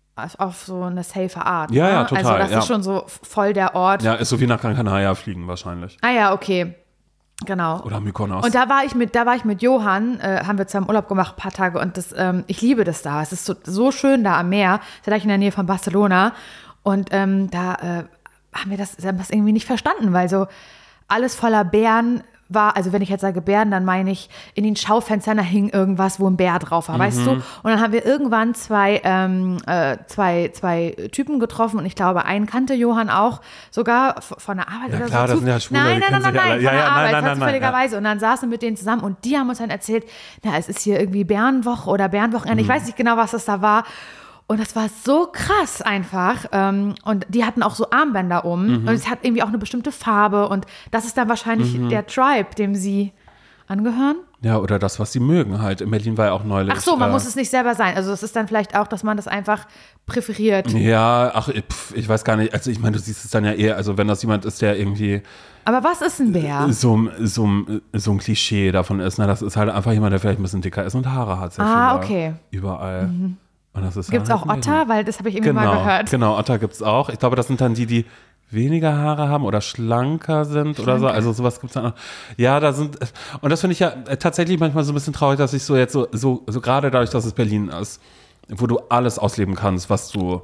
auf so eine safe Art. Ja, ne? ja, total, Also das ja. ist schon so voll der Ort. Ja, ist so wie nach Gran Canaria fliegen wahrscheinlich. Ah ja, okay. Genau. Oder Mykonos. Und da war ich mit, da war ich mit Johann, äh, haben wir zusammen Urlaub gemacht, ein paar Tage, und das, ähm, ich liebe das da. Es ist so, so schön da am Meer. Das ist gleich in der Nähe von Barcelona. Und ähm, da äh, haben wir das, haben das irgendwie nicht verstanden, weil so alles voller Bären war, also wenn ich jetzt sage Bären, dann meine ich, in den Schaufenstern, da hing irgendwas, wo ein Bär drauf war, Mhm. weißt du? Und dann haben wir irgendwann zwei, ähm, äh, zwei, zwei Typen getroffen, und ich glaube, einen kannte Johann auch, sogar f- von der Arbeit Ja, oder klar, so. das sind ja Schwule, nein, die nein, kennen nein, nein, sich nein, alle. von Ja, der ja, nein, Arbeit, nein, hat nein, nein, zufälligerweise. Und dann saßen wir mit denen zusammen, und die haben uns dann erzählt, na, es ist hier irgendwie Bärenwoche oder Bärenwochenende, ich weiß nicht genau, was das da war. Und das war so krass einfach. Ähm, Und die hatten auch so Armbänder um. Und es hat irgendwie auch eine bestimmte Farbe. Und das ist dann wahrscheinlich der Tribe, dem sie angehören. Ja, oder das, was sie mögen halt. In Berlin war ja auch neulich. Ach so, man äh, muss es nicht selber sein. Also es ist dann vielleicht auch, dass man das einfach präferiert. Ja, ach, pf, ich weiß gar nicht. Also ich meine, du siehst es dann ja eher, also wenn das jemand ist, der irgendwie Aber was ist ein Bär? so, so, so ein Klischee davon ist, ne? Das ist halt einfach jemand, der vielleicht ein bisschen dicker ist und Haare hat. Sehr Ah, viele, okay. Überall. Und das ist Gibt es halt auch ein Berlin. Otter? Weil das habe ich irgendwie Genau, mal gehört. genau, Otter gibt es auch. Ich glaube, das sind dann die, die weniger Haare haben oder schlanker sind oder so. Also sowas gibt es dann auch. Ja, da sind, und das finde ich ja tatsächlich manchmal so ein bisschen traurig, dass ich so jetzt so, so, so gerade dadurch, dass es Berlin ist, wo du alles ausleben kannst, was du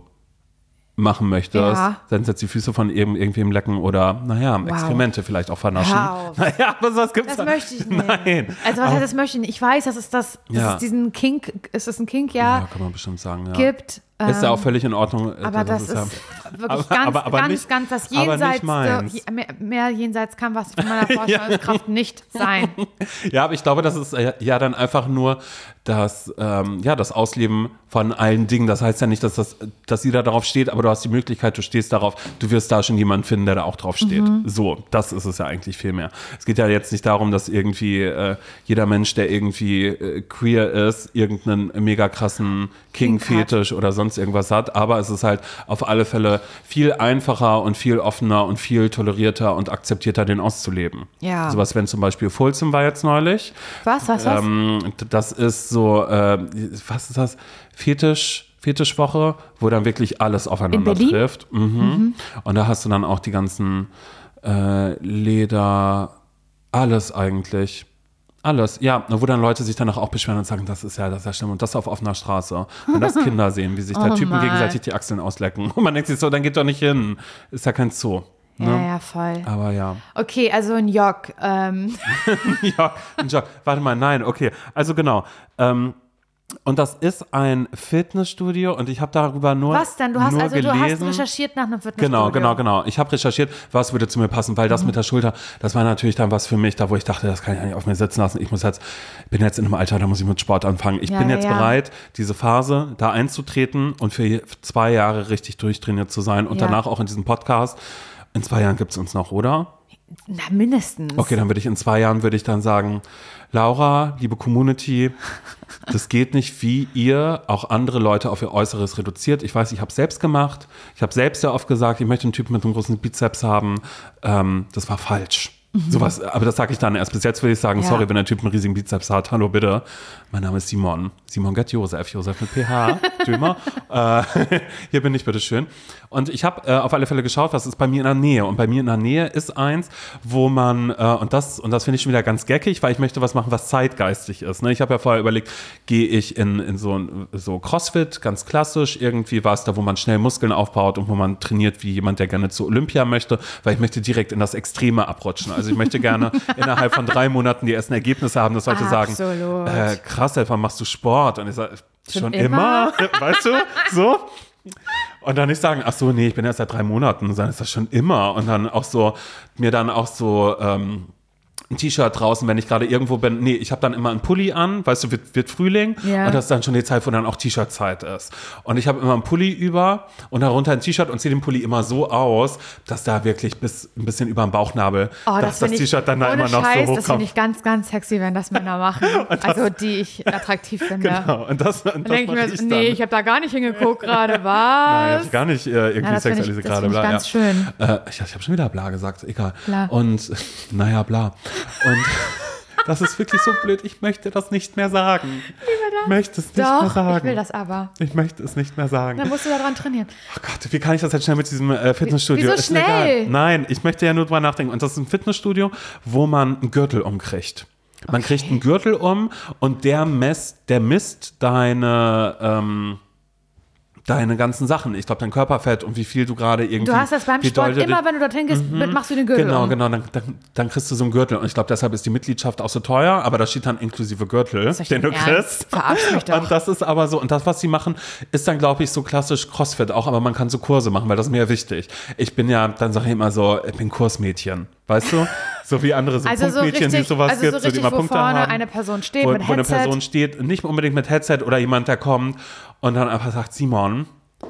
machen möchtest, Ja. dann setzt die Füße von irgend, irgendwem lecken oder, naja, Exkremente vielleicht auch vernaschen. Hör auf. Naja, aber was gibt's Das da? möchte ich nicht. Nein. Also was heißt, das möchte ich nicht? Ich weiß, dass es das, dass Ja. es diesen Kink, ist das ein Kink, Ja, ja, kann man bestimmt sagen, ja. gibt. Ist ja ähm, auch völlig in Ordnung. Aber das ist ja, wirklich aber- ganz, aber- aber ganz, nicht- ganz das aber nicht Jenseits, meins. je- mehr, mehr Jenseits kann was von meiner Vorstellungskraft nicht sein. Ja, aber ich glaube, das ist äh, ja dann einfach nur das, ähm, ja, das Ausleben von allen Dingen. Das heißt ja nicht, dass, das, dass jeder darauf steht, aber du hast die Möglichkeit, du stehst darauf, du wirst da schon jemanden finden, der da auch drauf steht. Mhm. So, das ist es ja eigentlich viel mehr. Es geht ja jetzt nicht darum, dass irgendwie äh, jeder Mensch, der irgendwie äh, queer ist, irgendeinen mega krassen King-Fetisch oder sonst irgendwas hat, aber es ist halt auf alle Fälle viel einfacher und viel offener und viel tolerierter und akzeptierter, den auszuleben. Ja. Sowas, wenn zum Beispiel Folsom war jetzt neulich. Was, was, was? Ähm, das ist so, äh, was ist das? Fetisch, Fetischwoche, wo dann wirklich alles aufeinander In Berlin? trifft. Mhm. Und da hast du dann auch die ganzen äh, Leder, alles eigentlich. Alles, ja, wo dann Leute sich danach auch beschweren und sagen, das ist ja, das ist ja schlimm. Und das auf offener Straße. Und das Kinder sehen, wie sich da Oh Typen Mann. gegenseitig die Achseln auslecken. Und man denkt sich so, dann geht doch nicht hin. Ist ja kein Zoo. Ne? Ja, ja, voll. Aber ja. Okay, also ein Jog. Ähm. ja, ein Jog. Warte mal, nein, okay. Also genau. Ähm, und das ist ein Fitnessstudio und ich habe darüber nur Was denn? Du hast nur also gelesen. du hast recherchiert nach einem Fitnessstudio. Genau, genau, genau. Ich habe recherchiert, was würde zu mir passen, weil das Mhm. mit der Schulter, das war natürlich dann was für mich, da wo ich dachte, das kann ich nicht auf mir sitzen lassen. Ich muss jetzt, bin jetzt in einem Alter, da muss ich mit Sport anfangen. Ich Ja, bin ja, jetzt ja. bereit, diese Phase da einzutreten und für zwei Jahre richtig durchtrainiert zu sein und Ja. danach auch in diesem Podcast. In zwei Jahren gibt es uns noch, oder? Na, mindestens. Okay, dann würde ich in zwei Jahren würde ich dann sagen, Laura, liebe Community, das geht nicht, wie ihr auch andere Leute auf ihr Äußeres reduziert. Ich weiß, ich habe es selbst gemacht. Ich habe selbst sehr oft gesagt, ich möchte einen Typen mit einem großen Bizeps haben. Ähm, das war falsch. Mhm. Sowas, aber das sage ich dann erst. Bis jetzt würde ich sagen, Ja. sorry, wenn der Typ einen riesigen Bizeps hat. Hallo, bitte. Mein Name ist Simon. Simon Gett Josef. Josef mit P H. Dömer. äh, hier bin ich, bitteschön. Und ich habe äh, auf alle Fälle geschaut, was ist bei mir in der Nähe. Und bei mir in der Nähe ist eins, wo man, äh, und das, und das finde ich schon wieder ganz geckig, weil ich möchte was machen, was zeitgeistig ist. Ne? Ich habe ja vorher überlegt, gehe ich in, in so, ein, so Crossfit, ganz klassisch, irgendwie was da, wo man schnell Muskeln aufbaut und wo man trainiert wie jemand, der gerne zu Olympia möchte, weil ich möchte direkt in das Extreme abrutschen. Also ich möchte gerne innerhalb von drei Monaten die ersten Ergebnisse haben, dass Leute Absolut. sagen, äh, krass, wann machst du Sport? Und ich sage, schon, Schon immer? Weißt du? So? Und dann nicht sagen, ach so, nee, ich bin erst seit drei Monaten, sondern ist das schon immer. Und dann auch so, mir dann auch so ähm, ein T-Shirt draußen, wenn ich gerade irgendwo bin. Nee, ich habe dann immer einen Pulli an, weißt du, wird, wird Frühling. Ja. Und das ist dann schon die Zeit, wo dann auch T-Shirt-Zeit ist. Und ich habe immer einen Pulli über und darunter ein T-Shirt und ziehe den Pulli immer so aus, dass da wirklich bis ein bisschen über dem Bauchnabel, Oh, dass das, das find ich- T-Shirt dann da ohne immer noch Scheiß, so Das finde hochkommt. ich ganz, ganz sexy, wenn das Männer machen. Also die ich attraktiv finde. Genau. Und das, und Dann das denke ich mache mir, ich so, dann. nee, ich habe da gar nicht hingeguckt gerade, was? Nein, ich gar nicht äh, irgendwie Ja, das find ich- sexualisiert das gerade. find ich Bla, ganz ja. schön. Äh, ich ich habe schon wieder bla gesagt, egal. Bla. Und naja, bla. Und das ist wirklich so blöd. Ich möchte das nicht mehr sagen. Ich möchte es nicht mehr Doch, sagen. ich will das aber. Ich möchte es nicht mehr sagen. Dann musst du daran trainieren. Oh Gott, wie kann ich das jetzt schnell mit diesem äh, Fitnessstudio? Wieso Ist mir schnell? egal. Nein, ich möchte ja nur drüber nachdenken. Und das ist ein Fitnessstudio, wo man einen Gürtel umkriegt. Man Okay. kriegt einen Gürtel um und der misst, der misst deine, ähm, deine ganzen Sachen. Ich glaube, dein Körperfett und wie viel du gerade irgendwie. Du hast das beim wie doll Sport du immer, dich- wenn du dorthin gehst, mit, machst du den Gürtel Genau, um. genau, dann, dann, dann kriegst du so einen Gürtel. Und ich glaube, deshalb ist die Mitgliedschaft auch so teuer, aber da steht dann inklusive Gürtel, Ist euch den du dein Ernst? kriegst. Verarsch mich doch. Und das ist aber so, und das, was sie machen, ist dann, glaube ich, so klassisch Crossfit auch, aber man kann so Kurse machen, weil das ist mir ja wichtig. Ich bin ja, dann sage ich immer so, ich bin Kursmädchen, weißt du? So wie andere so Also so Punktmädchen, richtig, die sowas also gibt, so so die richtig immer wo Punkte vorne haben. eine Person steht wo, mit wo eine Headset. Person steht, nicht unbedingt mit Headset oder jemand, der kommt und dann einfach sagt, Simon,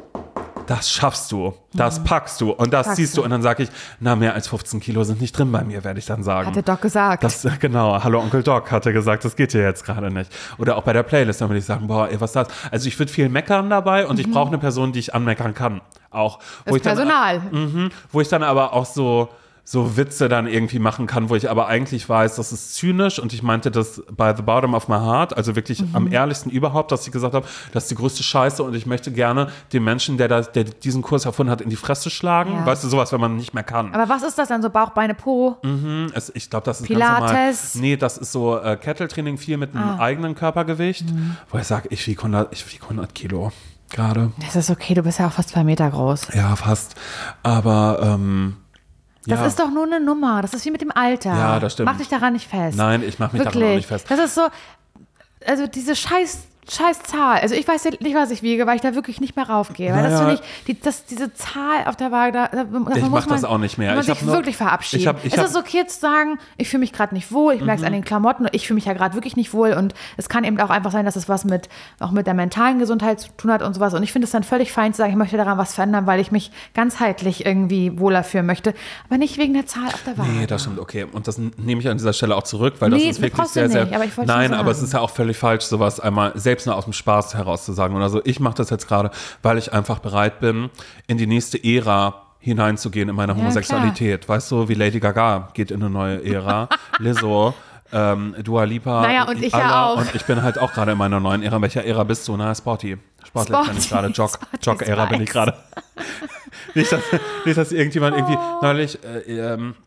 das schaffst du, das packst du und das Packst ziehst du. du. Und dann sage ich, na, mehr als fünfzehn Kilo sind nicht drin bei mir, werde ich dann sagen. Hat der Doc gesagt. Das, genau, hallo Onkel Doc hatte gesagt, das geht hier jetzt gerade nicht. Oder auch bei der Playlist, dann würde ich sagen, boah, ey, was ist das? Also ich würde viel meckern dabei und ich brauche eine Person, die ich anmeckern kann. Auch. Wo das ich dann, Personal. Mhm, wo ich dann aber auch so, so Witze dann irgendwie machen kann, wo ich aber eigentlich weiß, das ist zynisch und ich meinte das by the bottom of my heart, also wirklich Mhm. am ehrlichsten überhaupt, dass ich gesagt habe, das ist die größte Scheiße und ich möchte gerne den Menschen, der, das, der diesen Kurs erfunden hat, in die Fresse schlagen. Ja. Weißt du, sowas, wenn man nicht mehr kann. Aber was ist das dann so? Bauch, Beine, Po? Mhm, es, ich glaube, das ist Pilates? ganz normal. Nee, das ist so äh, Kettltraining, viel mit einem Ah. eigenen Körpergewicht, Mhm. wo ich sage, ich wiege hundert, ich wiege hundert Kilo gerade. Das ist okay, du bist ja auch fast zwei Meter groß. Ja, fast. Aber ähm, Das ja. ist doch nur eine Nummer. Das ist wie mit dem Alter. Ja, das stimmt. Mach dich daran nicht fest. Nein, ich mache mich Wirklich. daran auch nicht fest. Das ist so, also diese scheiß, scheiß Zahl. Also ich weiß ja nicht, was ich wiege, weil ich da wirklich nicht mehr raufgehe. Weil das Naja. finde ich, die, das, diese Zahl auf der Waage, da, da davon Ich muss mach das man, auch nicht mehr. muss man Ich hab sich nur- wirklich verabschieden. ich hab- ich es hab- ist okay zu sagen, ich fühle mich gerade nicht wohl, ich merke es an den Klamotten, ich fühle mich ja gerade wirklich nicht wohl und es kann eben auch einfach sein, dass es was mit, auch mit der mentalen Gesundheit zu tun hat und sowas. Und ich finde es dann völlig fein zu sagen, ich möchte daran was verändern, weil ich mich ganzheitlich irgendwie wohler fühlen möchte. Aber nicht wegen der Zahl auf der Waage. Nee, das stimmt, okay. Und das nehme ich an dieser Stelle auch zurück, weil das Nee, ist wirklich brauchst du sehr, sehr. nicht, aber ich wollte Nein, schon aber es sagen. ist ja auch völlig falsch, sowas einmal selbst nur aus dem Spaß heraus zu sagen oder so. Ich mache das jetzt gerade, weil ich einfach bereit bin, in die nächste Ära hineinzugehen in meiner Ja, Homosexualität. Weißt du, wie Lady Gaga geht in eine neue Ära, Lizzo, ähm, Dua Lipa, Naja, und ich ja Allah. auch. Und ich bin halt auch gerade in meiner neuen Ära. In welcher Ära bist du? Na, Sporty. Sportlich bin ich Sporty. gerade. Jog, Sporty Jog-Ära bin ich Spice. gerade. Nicht, dass, nicht, dass irgendjemand irgendwie Oh. neulich, äh, ähm,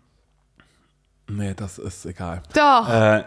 nee, das ist egal. Doch, Äh,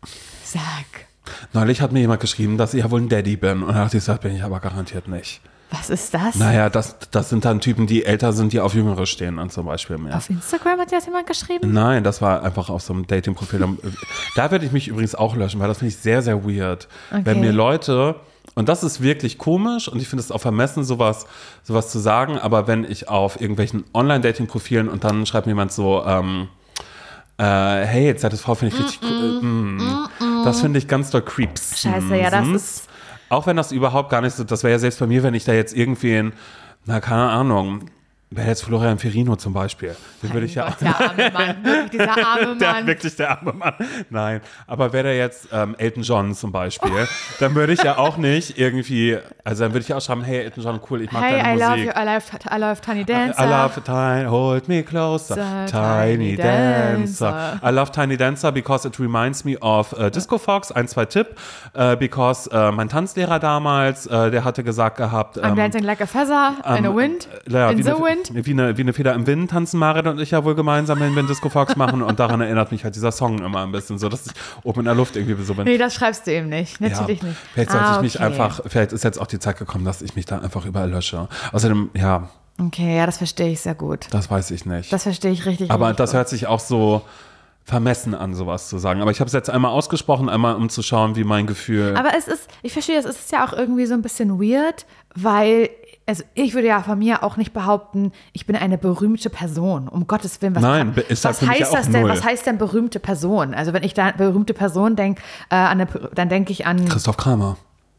sag. neulich hat mir jemand geschrieben, dass ich ja wohl ein Daddy bin. Und da dachte ich, das bin ich aber garantiert nicht. Was ist das? Naja, das, das sind dann Typen, die älter sind, die auf Jüngere stehen dann zum Beispiel mehr. Auf Instagram hat dir das jemand geschrieben? Nein, das war einfach auf so einem Dating-Profil. Da würde ich mich übrigens auch löschen, weil das finde ich sehr, sehr weird. Okay. Wenn mir Leute, und das ist wirklich komisch und ich finde es auch vermessen, sowas, sowas zu sagen, aber wenn ich auf irgendwelchen Online-Dating-Profilen und dann schreibt mir jemand so, ähm, äh, hey, Z S V finde ich richtig mm -mm, cool. Mm, mm -mm. Das finde ich ganz doll Creeps. Scheiße, ja, das ist... Auch wenn das überhaupt gar nicht so, das wäre ja selbst bei mir, wenn ich da jetzt irgendwen, na, keine Ahnung, wäre jetzt Florian Ferrino zum Beispiel. Den würde ich ja Gott, der arme Mann, wirklich dieser arme Mann. Der, wirklich der arme Mann. Nein, aber wäre der jetzt ähm, Elton John zum Beispiel, dann würde ich ja auch nicht irgendwie, also dann würde ich ja auch schreiben, hey Elton John, cool, ich mag hey, deine I Musik. Love you, I love, I love Tiny Dancer. I love Tiny, hold me closer, So, Tiny, Tiny Dancer. Dancer. I love Tiny Dancer because it reminds me of uh, Disco Fox, ein, zwei Tipp, uh, because uh, mein Tanzlehrer damals, uh, der hatte gesagt gehabt, I'm ähm, dancing like a feather in a wind, äh, ja, in wie the eine, wind. Wie eine, wie eine Feder im Wind tanzen Marit und ich ja wohl gemeinsam, wenn wir Disco Fox machen und daran erinnert mich halt dieser Song immer ein bisschen so, dass ich oben in der Luft irgendwie so bin. Nee, das schreibst du eben nicht, natürlich ja, nicht. Vielleicht sollte ah, ich mich okay. einfach, vielleicht ist jetzt auch die Zeit gekommen, dass ich mich da einfach überall lösche. Außerdem, ja. Okay, ja, das verstehe ich sehr gut. Das weiß ich nicht. Das verstehe ich richtig, Aber richtig das gut. hört sich auch so vermessen an, sowas zu sagen. Aber ich habe es jetzt einmal ausgesprochen, einmal um zu schauen, wie mein Gefühl... Aber es ist, ich verstehe, es ist ja auch irgendwie so ein bisschen weird, weil, also ich würde ja von mir auch nicht behaupten, ich bin eine berühmte Person, um Gottes Willen. Was, Nein, ist das was für mich heißt ja auch das denn? null. Was heißt denn berühmte Person? Also wenn ich da berühmte Person denke, äh, an eine, dann denke ich an, Christoph Kramer.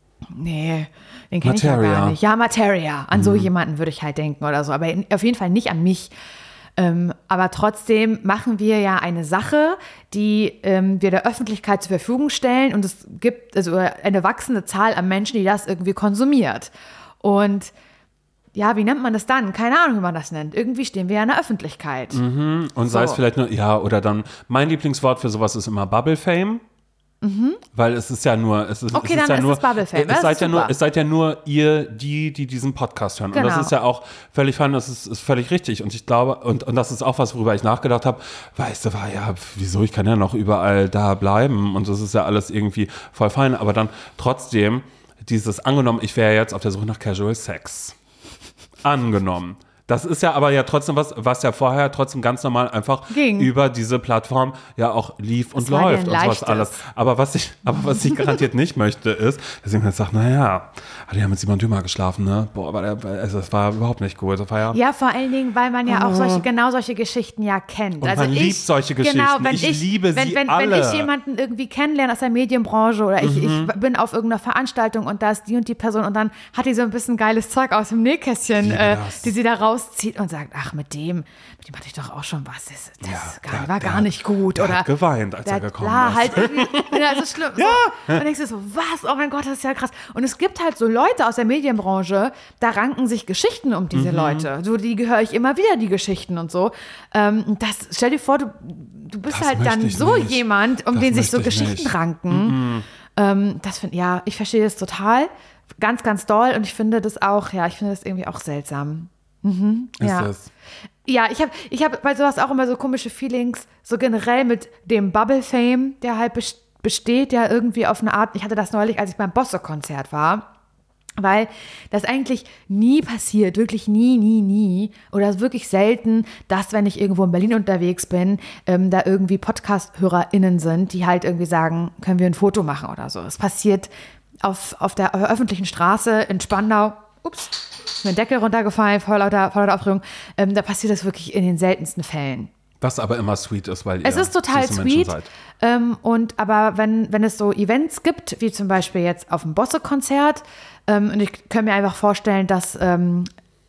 nee, den kenne ich ja Materia. gar nicht. Ja, Materia, an Mhm. so jemanden würde ich halt denken oder so, aber in, auf jeden Fall nicht an mich. Ähm, aber trotzdem machen wir ja eine Sache, die ähm, wir der Öffentlichkeit zur Verfügung stellen und es gibt also eine wachsende Zahl an Menschen, die das irgendwie konsumiert. Und ja, wie nennt man das dann? Keine Ahnung, wie man das nennt. Irgendwie stehen wir ja in der Öffentlichkeit. Mhm. Und sei So. es vielleicht nur, ja, oder dann, mein Lieblingswort für sowas ist immer Bubble Fame. Mhm. Weil es ist ja nur, es ist, Okay, es ist dann ja ist nur, es Bubble Fame. Es Das seid ist ja nur, super. es seid ja nur ihr, die, die diesen Podcast hören. Und Genau. das ist ja auch völlig fein, das ist, ist völlig richtig. Und ich glaube, und, und das ist auch was, worüber ich nachgedacht habe, weißt du, war ja, wieso, ich kann ja noch überall da bleiben und das ist ja alles irgendwie voll fein. Aber dann trotzdem, dieses angenommen, ich wäre jetzt auf der Suche nach Casual Sex. Angenommen. Das ist ja aber ja trotzdem was, was ja vorher trotzdem ganz normal einfach Ging. über diese Plattform ja auch lief und Es war dir läuft ein und sowas leichtes. alles. Aber was ich, aber was ich garantiert nicht möchte, ist, dass jemand sagt, naja, die haben mit Simon Dümmer geschlafen, ne? Boah, aber der, also das war überhaupt nicht gut. Das war ja, Ja, vor allen Dingen, weil man ja auch solche, genau solche Geschichten ja kennt. Und also man ich, liebt solche Genau, Geschichten. wenn Ich liebe wenn, sie wenn, alle. Wenn ich jemanden irgendwie kennenlerne aus der Medienbranche oder ich, Mhm. ich bin auf irgendeiner Veranstaltung und da ist die und die Person und dann hat die so ein bisschen geiles Zeug aus dem Nähkästchen, liebe äh, das. die sie da rauszieht und sagt, ach, mit dem, mit dem hatte ich doch auch schon was. Das, das Ja, gar, der- war der- gar nicht gut. der Oder hat geweint, als der er hat- gekommen klar, ist. halt irgendwie, ja, so schlimm. So. Und denkst du so, was? Oh mein Gott, das ist ja krass. Und es gibt halt so Leute aus der Medienbranche, da ranken sich Geschichten um diese Mhm. Leute. So, die höre ich immer wieder, die Geschichten und so. Ähm, das, stell dir vor, du, du bist Das halt möchte dann ich so nicht. jemand, um Das den sich so möchte ich Geschichten nicht. ranken. Ähm, das finde ja, ich verstehe das total. Ganz, ganz doll. Und ich finde das auch, ja, ich finde das irgendwie auch seltsam. Mhm, ist ja. das. Ja, ich habe ich hab bei sowas auch immer so komische Feelings, so generell mit dem Bubble-Fame, der halt bes- besteht ja irgendwie auf eine Art. Ich hatte das neulich, als ich beim Bosse-Konzert war, weil das eigentlich nie passiert, wirklich nie, nie, nie oder wirklich selten, dass, wenn ich irgendwo in Berlin unterwegs bin, ähm, da irgendwie Podcast-HörerInnen sind, die halt irgendwie sagen, können wir ein Foto machen oder so. Es passiert auf, auf, der, auf der öffentlichen Straße in Spandau, ups, ist mir ein Deckel runtergefallen, voll lauter, voll lauter Aufregung, ähm, da passiert das wirklich in den seltensten Fällen. Was aber immer sweet ist, weil Es ihr ist total süße Menschen sweet. seid. Ähm, und aber wenn, wenn es so Events gibt, wie zum Beispiel jetzt auf dem Bosse-Konzert, ähm, und ich kann mir einfach vorstellen, dass ähm,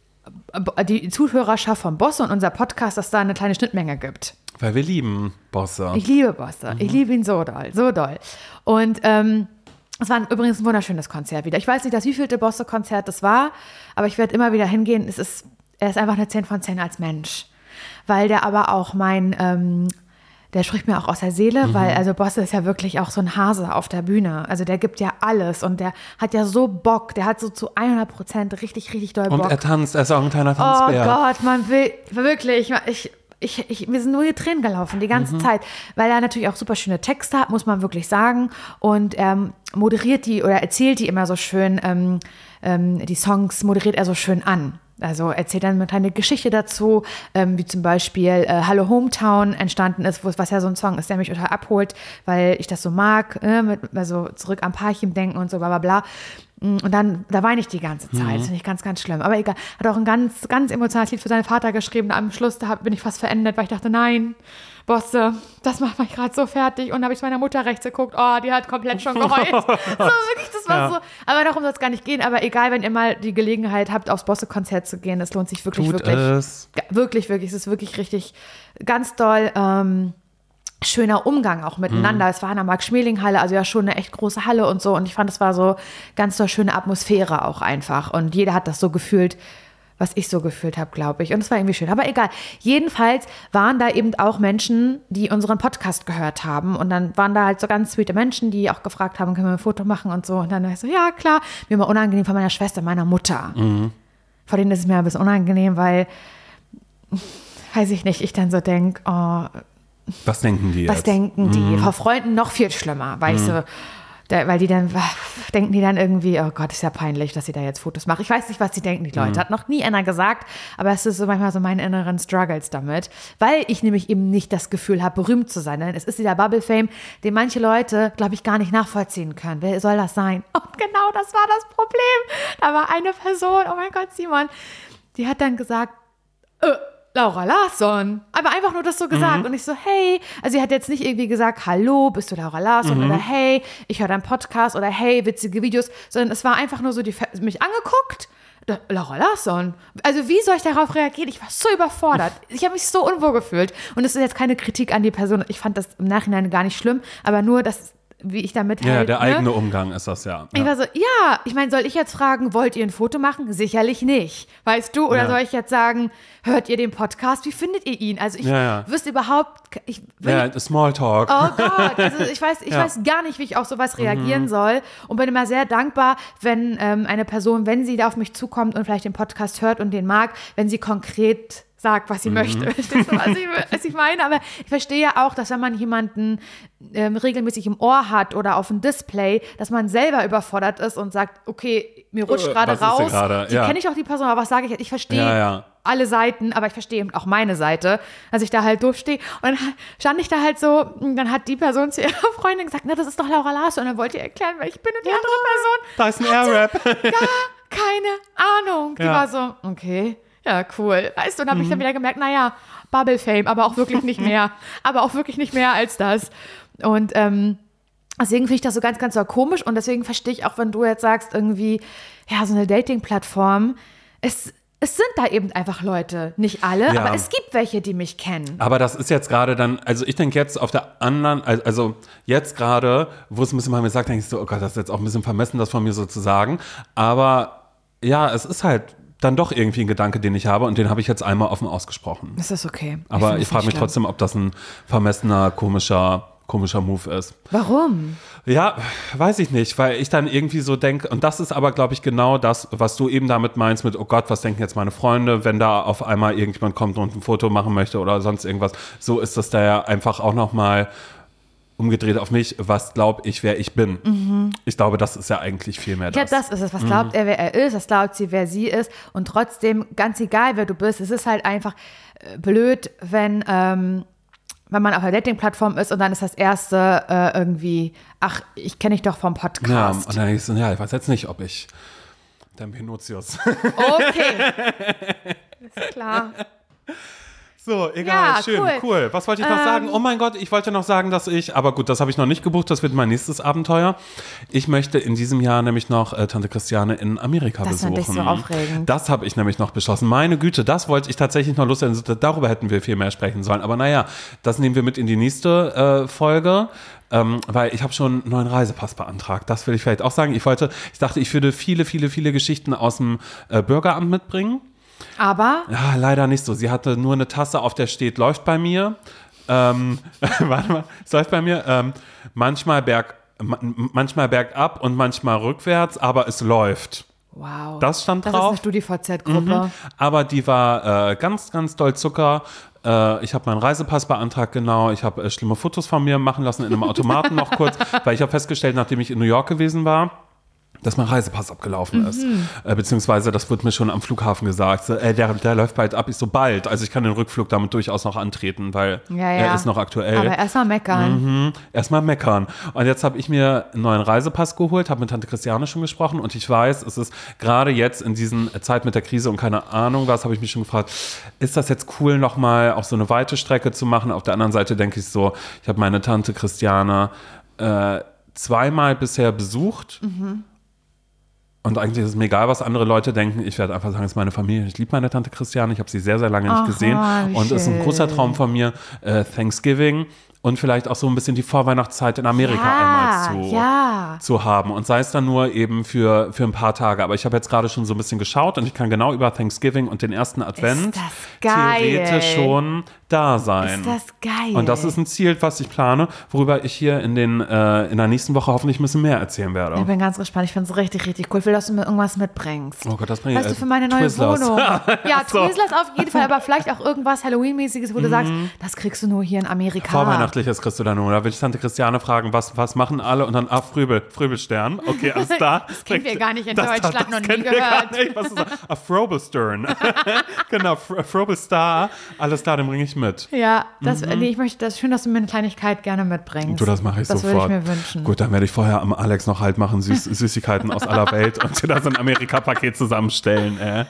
die Zuhörerschaft von Bosse und unser Podcast, dass da eine kleine Schnittmenge gibt. Weil wir lieben Bosse. Ich liebe Bosse. Ich liebe ihn so doll, so doll. Und ähm, es war übrigens ein wunderschönes Konzert wieder. Ich weiß nicht, das wievielte Bosse-Konzert das war, aber ich werde immer wieder hingehen. Es ist, er ist einfach eine zehn von zehn als Mensch. Weil der aber auch mein, ähm, der spricht mir auch aus der Seele, Mhm. weil also Bosse ist ja wirklich auch so ein Hase auf der Bühne. Also der gibt ja alles und der hat ja so Bock, der hat so zu hundert Prozent richtig, richtig doll Und Bock. er tanzt, er ist auch ein kleiner Oh Tanzbär. Gott, man will, wirklich, ich, Ich, ich, mir sind nur die Tränen gelaufen, die ganze mhm. Zeit, weil er natürlich auch super schöne Texte hat, muss man wirklich sagen. Und ähm, moderiert die oder erzählt die immer so schön, ähm, ähm, die Songs moderiert er so schön an. Also erzählt dann eine kleine Geschichte dazu, ähm, wie zum Beispiel äh, Hallo Hometown entstanden ist, wo, was ja so ein Song ist, der mich total abholt, weil ich das so mag, äh, mit, also zurück am Parchim denken und so bla bla bla. Und dann, da weine ich die ganze Zeit. Mhm. Das finde ich ganz, ganz schlimm. Aber egal. Hat auch ein ganz, ganz emotionales Lied für seinen Vater geschrieben. Am Schluss da bin ich fast verendet, weil ich dachte, nein, Bosse, das macht mich gerade so fertig. Und dann habe ich zu meiner Mutter rechts geguckt. Oh, die hat komplett schon geheult. So wirklich, das war ja. so. Aber darum soll es gar nicht gehen. Aber egal, wenn ihr mal die Gelegenheit habt, aufs Bosse-Konzert zu gehen, es lohnt sich wirklich, Tut wirklich. Es. Wirklich, wirklich. Es ist wirklich richtig ganz doll. Ähm, schöner Umgang auch miteinander. Mhm. Es war in der Marc-Schmeling-Halle, also ja schon eine echt große Halle und so. Und ich fand, es war so ganz so schöne Atmosphäre auch einfach. Und jeder hat das so gefühlt, was ich so gefühlt habe, glaube ich. Und es war irgendwie schön. Aber egal. Jedenfalls waren da eben auch Menschen, die unseren Podcast gehört haben. Und dann waren da halt so ganz sweete Menschen, die auch gefragt haben, können wir ein Foto machen und so. Und dann war ich so, ja, klar. Mir war unangenehm von meiner Schwester, meiner Mutter. Mhm. Vor denen ist es mir ein bisschen unangenehm, weil, weiß ich nicht, ich dann so denke, oh, was denken die Was jetzt? denken die? Mhm. Vor Freunden noch viel schlimmer, weißt mhm. du? Da, weil die dann, denken die dann irgendwie, oh Gott, ist ja peinlich, dass sie da jetzt Fotos machen. Ich weiß nicht, was die denken, die Leute. Mhm. Hat noch nie einer gesagt, aber es ist so manchmal so meine inneren Struggles damit. Weil ich nämlich eben nicht das Gefühl habe, berühmt zu sein. Denn es ist dieser Bubble-Fame, den manche Leute, glaube ich, gar nicht nachvollziehen können. Wer soll das sein? Und genau das war das Problem. Da war eine Person, oh mein Gott, Simon, die hat dann gesagt, äh, Laura Larsson. Aber einfach nur das so gesagt. Mhm. Und ich so, hey. Also sie hat jetzt nicht irgendwie gesagt, hallo, bist du Laura Larsson? Mhm. Oder hey, ich höre deinen Podcast. Oder hey, witzige Videos. Sondern es war einfach nur so, die mich angeguckt. Laura Larsson. Also wie soll ich darauf reagieren? Ich war so überfordert. Ich habe mich so unwohl gefühlt. Und es ist jetzt keine Kritik an die Person. Ich fand das im Nachhinein gar nicht schlimm. Aber nur, dass wie ich damit Ja, halt, der ne? eigene Umgang ist das, ja. Ich ja. war so, ja, ich meine, soll ich jetzt fragen, wollt ihr ein Foto machen? Sicherlich nicht, weißt du? Oder ja. soll ich jetzt sagen, hört ihr den Podcast? Wie findet ihr ihn? Also ich ja, ja. wüsste überhaupt, ich will ja, Smalltalk. Oh Gott, also ich weiß, ich ja. weiß gar nicht, wie ich auf sowas reagieren mhm. soll und bin immer sehr dankbar, wenn ähm, eine Person, wenn sie da auf mich zukommt und vielleicht den Podcast hört und den mag, wenn sie konkret sagt, was sie mhm. möchte. Verstehst du, was ich, was ich meine? Aber ich verstehe ja auch, dass wenn man jemanden ähm, regelmäßig im Ohr hat oder auf dem Display, dass man selber überfordert ist und sagt, okay, mir rutscht gerade was raus. Die ja. kenne ich auch die Person, aber was sage ich jetzt? Ich verstehe ja, ja. alle Seiten, aber ich verstehe eben auch meine Seite, dass ich da halt doof stehe. Und dann stand ich da halt so, dann hat die Person zu ihrer Freundin gesagt, na, das ist doch Laura Larsson. Und dann wollte ihr erklären, wer ich bin. Und die andere Person da ist ein Airwrap. gar keine Ahnung. Die ja. war so, okay. Ja, cool. Weißt du, und habe ich dann wieder gemerkt, naja, Bubble Fame, aber auch wirklich nicht mehr. aber auch wirklich nicht mehr als das. Und ähm, deswegen finde ich das so ganz, ganz so komisch. Und deswegen verstehe ich auch, wenn du jetzt sagst, irgendwie, ja, so eine Dating-Plattform, es, es sind da eben einfach Leute. Nicht alle, ja. aber es gibt welche, die mich kennen. Aber das ist jetzt gerade dann, also ich denke jetzt auf der anderen, also jetzt gerade, wo es ein bisschen mal mir sagt, denke ich so, oh Gott, das ist jetzt auch ein bisschen vermessen, das von mir so zu sagen. Aber ja, es ist halt dann doch irgendwie ein Gedanke, den ich habe und den habe ich jetzt einmal offen ausgesprochen. Das ist okay. Aber ich, ich frage mich schlimm. trotzdem, ob das ein vermessener, komischer, komischer Move ist. Warum? Ja, weiß ich nicht, weil ich dann irgendwie so denke, und das ist aber, glaube ich, genau das, was du eben damit meinst mit, oh Gott, was denken jetzt meine Freunde, wenn da auf einmal irgendjemand kommt und ein Foto machen möchte oder sonst irgendwas. So ist das da ja einfach auch nochmal umgedreht auf mich, was glaube ich, wer ich bin. Mhm. Ich glaube, das ist ja eigentlich viel mehr das. Ja, das ist es. Was glaubt mhm. er, wer er ist? Was glaubt sie, wer sie ist? Und trotzdem, ganz egal, wer du bist, es ist halt einfach blöd, wenn, ähm, wenn man auf einer Dating-Plattform ist und dann ist das Erste äh, irgendwie, ach, ich kenne dich doch vom Podcast. Ja, und dann denke ich so, ja, ich weiß jetzt nicht, ob ich der Pinocchius. Okay. Ist klar. So, egal, ja, schön, cool. cool. Was wollte ich noch ähm, sagen? Oh mein Gott, ich wollte noch sagen, dass ich, aber gut, das habe ich noch nicht gebucht, das wird mein nächstes Abenteuer. Ich möchte in diesem Jahr nämlich noch äh, Tante Christiane in Amerika das besuchen. Das fand ich so aufregend. Das habe ich nämlich noch beschlossen. Meine Güte, das wollte ich tatsächlich noch lustig, darüber hätten wir viel mehr sprechen sollen. Aber naja, das nehmen wir mit in die nächste äh, Folge. Ähm, weil ich habe schon einen neuen Reisepass beantragt. Das will ich vielleicht auch sagen. Ich wollte, ich dachte, ich würde viele, viele, viele Geschichten aus dem äh, Bürgeramt mitbringen. Aber? Ja, leider nicht so. Sie hatte nur eine Tasse, auf der steht, läuft bei mir. Ähm, warte mal, es läuft bei mir. Ähm, manchmal, berg, manchmal bergab und manchmal rückwärts, aber es läuft. Wow. Das stand das drauf. Das ist eine StudiVZ-Gruppe. Mhm. Aber die war äh, ganz, ganz doll Zucker. Äh, ich habe meinen Reisepass beantragt, genau. Ich habe äh, schlimme Fotos von mir machen lassen in einem Automaten noch kurz, weil ich habe festgestellt, nachdem ich in New York gewesen war, dass mein Reisepass abgelaufen mhm. ist. Äh, beziehungsweise, das wurde mir schon am Flughafen gesagt. So, äh, der, der läuft bald ab. Ich so, bald. Also ich kann den Rückflug damit durchaus noch antreten, weil ja, ja. er ist noch aktuell. Aber erstmal meckern. Mhm. Erstmal meckern. Und jetzt habe ich mir einen neuen Reisepass geholt, habe mit Tante Christiane schon gesprochen und ich weiß, es ist gerade jetzt in diesen Zeit mit der Krise und keine Ahnung was, habe ich mich schon gefragt, ist das jetzt cool, nochmal auch so eine weite Strecke zu machen? Auf der anderen Seite denke ich so, ich habe meine Tante Christiane äh, zweimal bisher besucht. Mhm. Und eigentlich ist es mir egal, was andere Leute denken. Ich werde einfach sagen, es ist meine Familie. Ich liebe meine Tante Christiane. Ich habe sie sehr, sehr lange nicht Aha, gesehen. Und es ist ein großer Traum von mir, äh, Thanksgiving und vielleicht auch so ein bisschen die Vorweihnachtszeit in Amerika ja, einmal zu, ja. zu haben. Und sei es dann nur eben für, für ein paar Tage. Aber ich habe jetzt gerade schon so ein bisschen geschaut und ich kann genau über Thanksgiving und den ersten Advent theoretisch schon da sein. Ist das geil. Und das ist ein Ziel, was ich plane, worüber ich hier in, den, äh, in der nächsten Woche hoffentlich ein bisschen mehr erzählen werde. Ich bin ganz gespannt. Ich finde es richtig, richtig cool. Ich will, dass du mir irgendwas mitbringst. Oh Gott, das bringe ich. Weißt du, für meine neue Twizzlers. Wohnung. Ja, so. Twizzlers auf jeden Fall, aber vielleicht auch irgendwas Halloween-mäßiges, wo du sagst, das kriegst du nur hier in Amerika. Vorweihnachtliches kriegst du dann nur. Da will ich Tante Christiane fragen, was, was machen alle? Und dann, ah, Fröbel, Fröbelstern. Okay, alles klar. Das kennen wir gar nicht in das, Deutschland, das, das noch nie kennen wir gehört. Gar nicht. Was ist das? Ah, Frobelstern. Genau, Frobelstar. Alles klar, den bringe ich mit. Ja, das, mhm. nee, ich möchte, das ist schön, dass du mir eine Kleinigkeit gerne mitbringst. Du, das mache ich das sofort. Das würde ich mir wünschen. Gut, dann werde ich vorher am Alex noch halt machen, Süß, Süßigkeiten aus aller Welt und dir das ein Amerika-Paket zusammenstellen. Äh.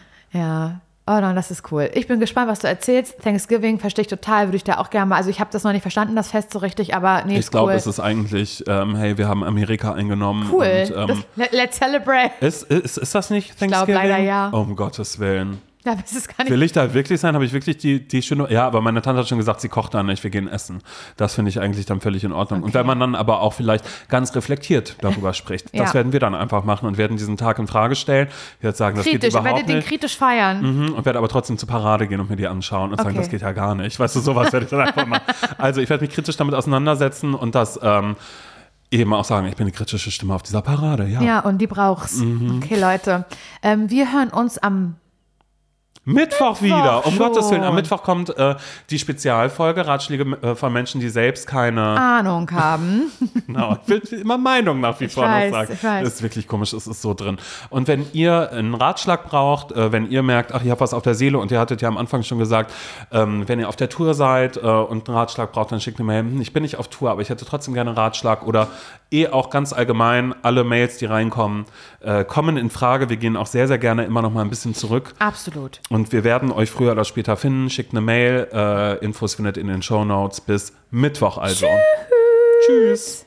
Ja. Oh nein, das ist cool. Ich bin gespannt, was du erzählst. Thanksgiving verstehe ich total, würde ich da auch gerne mal, also ich habe das noch nicht verstanden, das Fest so richtig, aber nee, ich glaube, cool. es ist eigentlich, ähm, hey, wir haben Amerika eingenommen. Cool, und, ähm, das, let's celebrate. Ist, ist, ist das nicht Thanksgiving? Ich glaube leider ja. Um Gottes Willen. Ja, aber es ist gar nicht. Will ich da wirklich sein? Habe ich wirklich die, die schöne. Ja, aber meine Tante hat schon gesagt, sie kocht dann nicht, wir gehen essen. Das finde ich eigentlich dann völlig in Ordnung. Okay. Und wenn man dann aber auch vielleicht ganz reflektiert darüber spricht, ja. das werden wir dann einfach machen und werden diesen Tag in Frage stellen. Ich werde sagen, das kritisch, geht überhaupt nicht. Ich werde den kritisch feiern. Mhm, und werde aber trotzdem zur Parade gehen und mir die anschauen und okay. sagen, das geht ja gar nicht. Weißt du, sowas werde ich dann einfach machen. Also ich werde mich kritisch damit auseinandersetzen und das ähm, eben auch sagen, ich bin eine kritische Stimme auf dieser Parade. Ja, ja und die brauchst. Mhm. Okay, Leute. Ähm, wir hören uns am Mittwoch, Mittwoch wieder, um schon. Gottes Willen. Am Mittwoch kommt äh, die Spezialfolge, Ratschläge äh, von Menschen, die selbst keine Ahnung haben. Genau, ich will immer Meinung nach wie ich vor weiß, noch sagen. Ich weiß. Das ist wirklich komisch, es ist so drin. Und wenn ihr einen Ratschlag braucht, äh, wenn ihr merkt, ach, ihr habt was auf der Seele und ihr hattet ja am Anfang schon gesagt, ähm, wenn ihr auf der Tour seid äh, und einen Ratschlag braucht, dann schickt eine Mail, hm, ich bin nicht auf Tour, aber ich hätte trotzdem gerne einen Ratschlag oder eh auch ganz allgemein, alle Mails, die reinkommen, äh, kommen in Frage. Wir gehen auch sehr, sehr gerne immer noch mal ein bisschen zurück. Absolut. Und wir werden euch früher oder später finden. Schickt eine Mail. Äh, Infos findet ihr in den Shownotes. Bis Mittwoch also. Tschüss. Tschüss.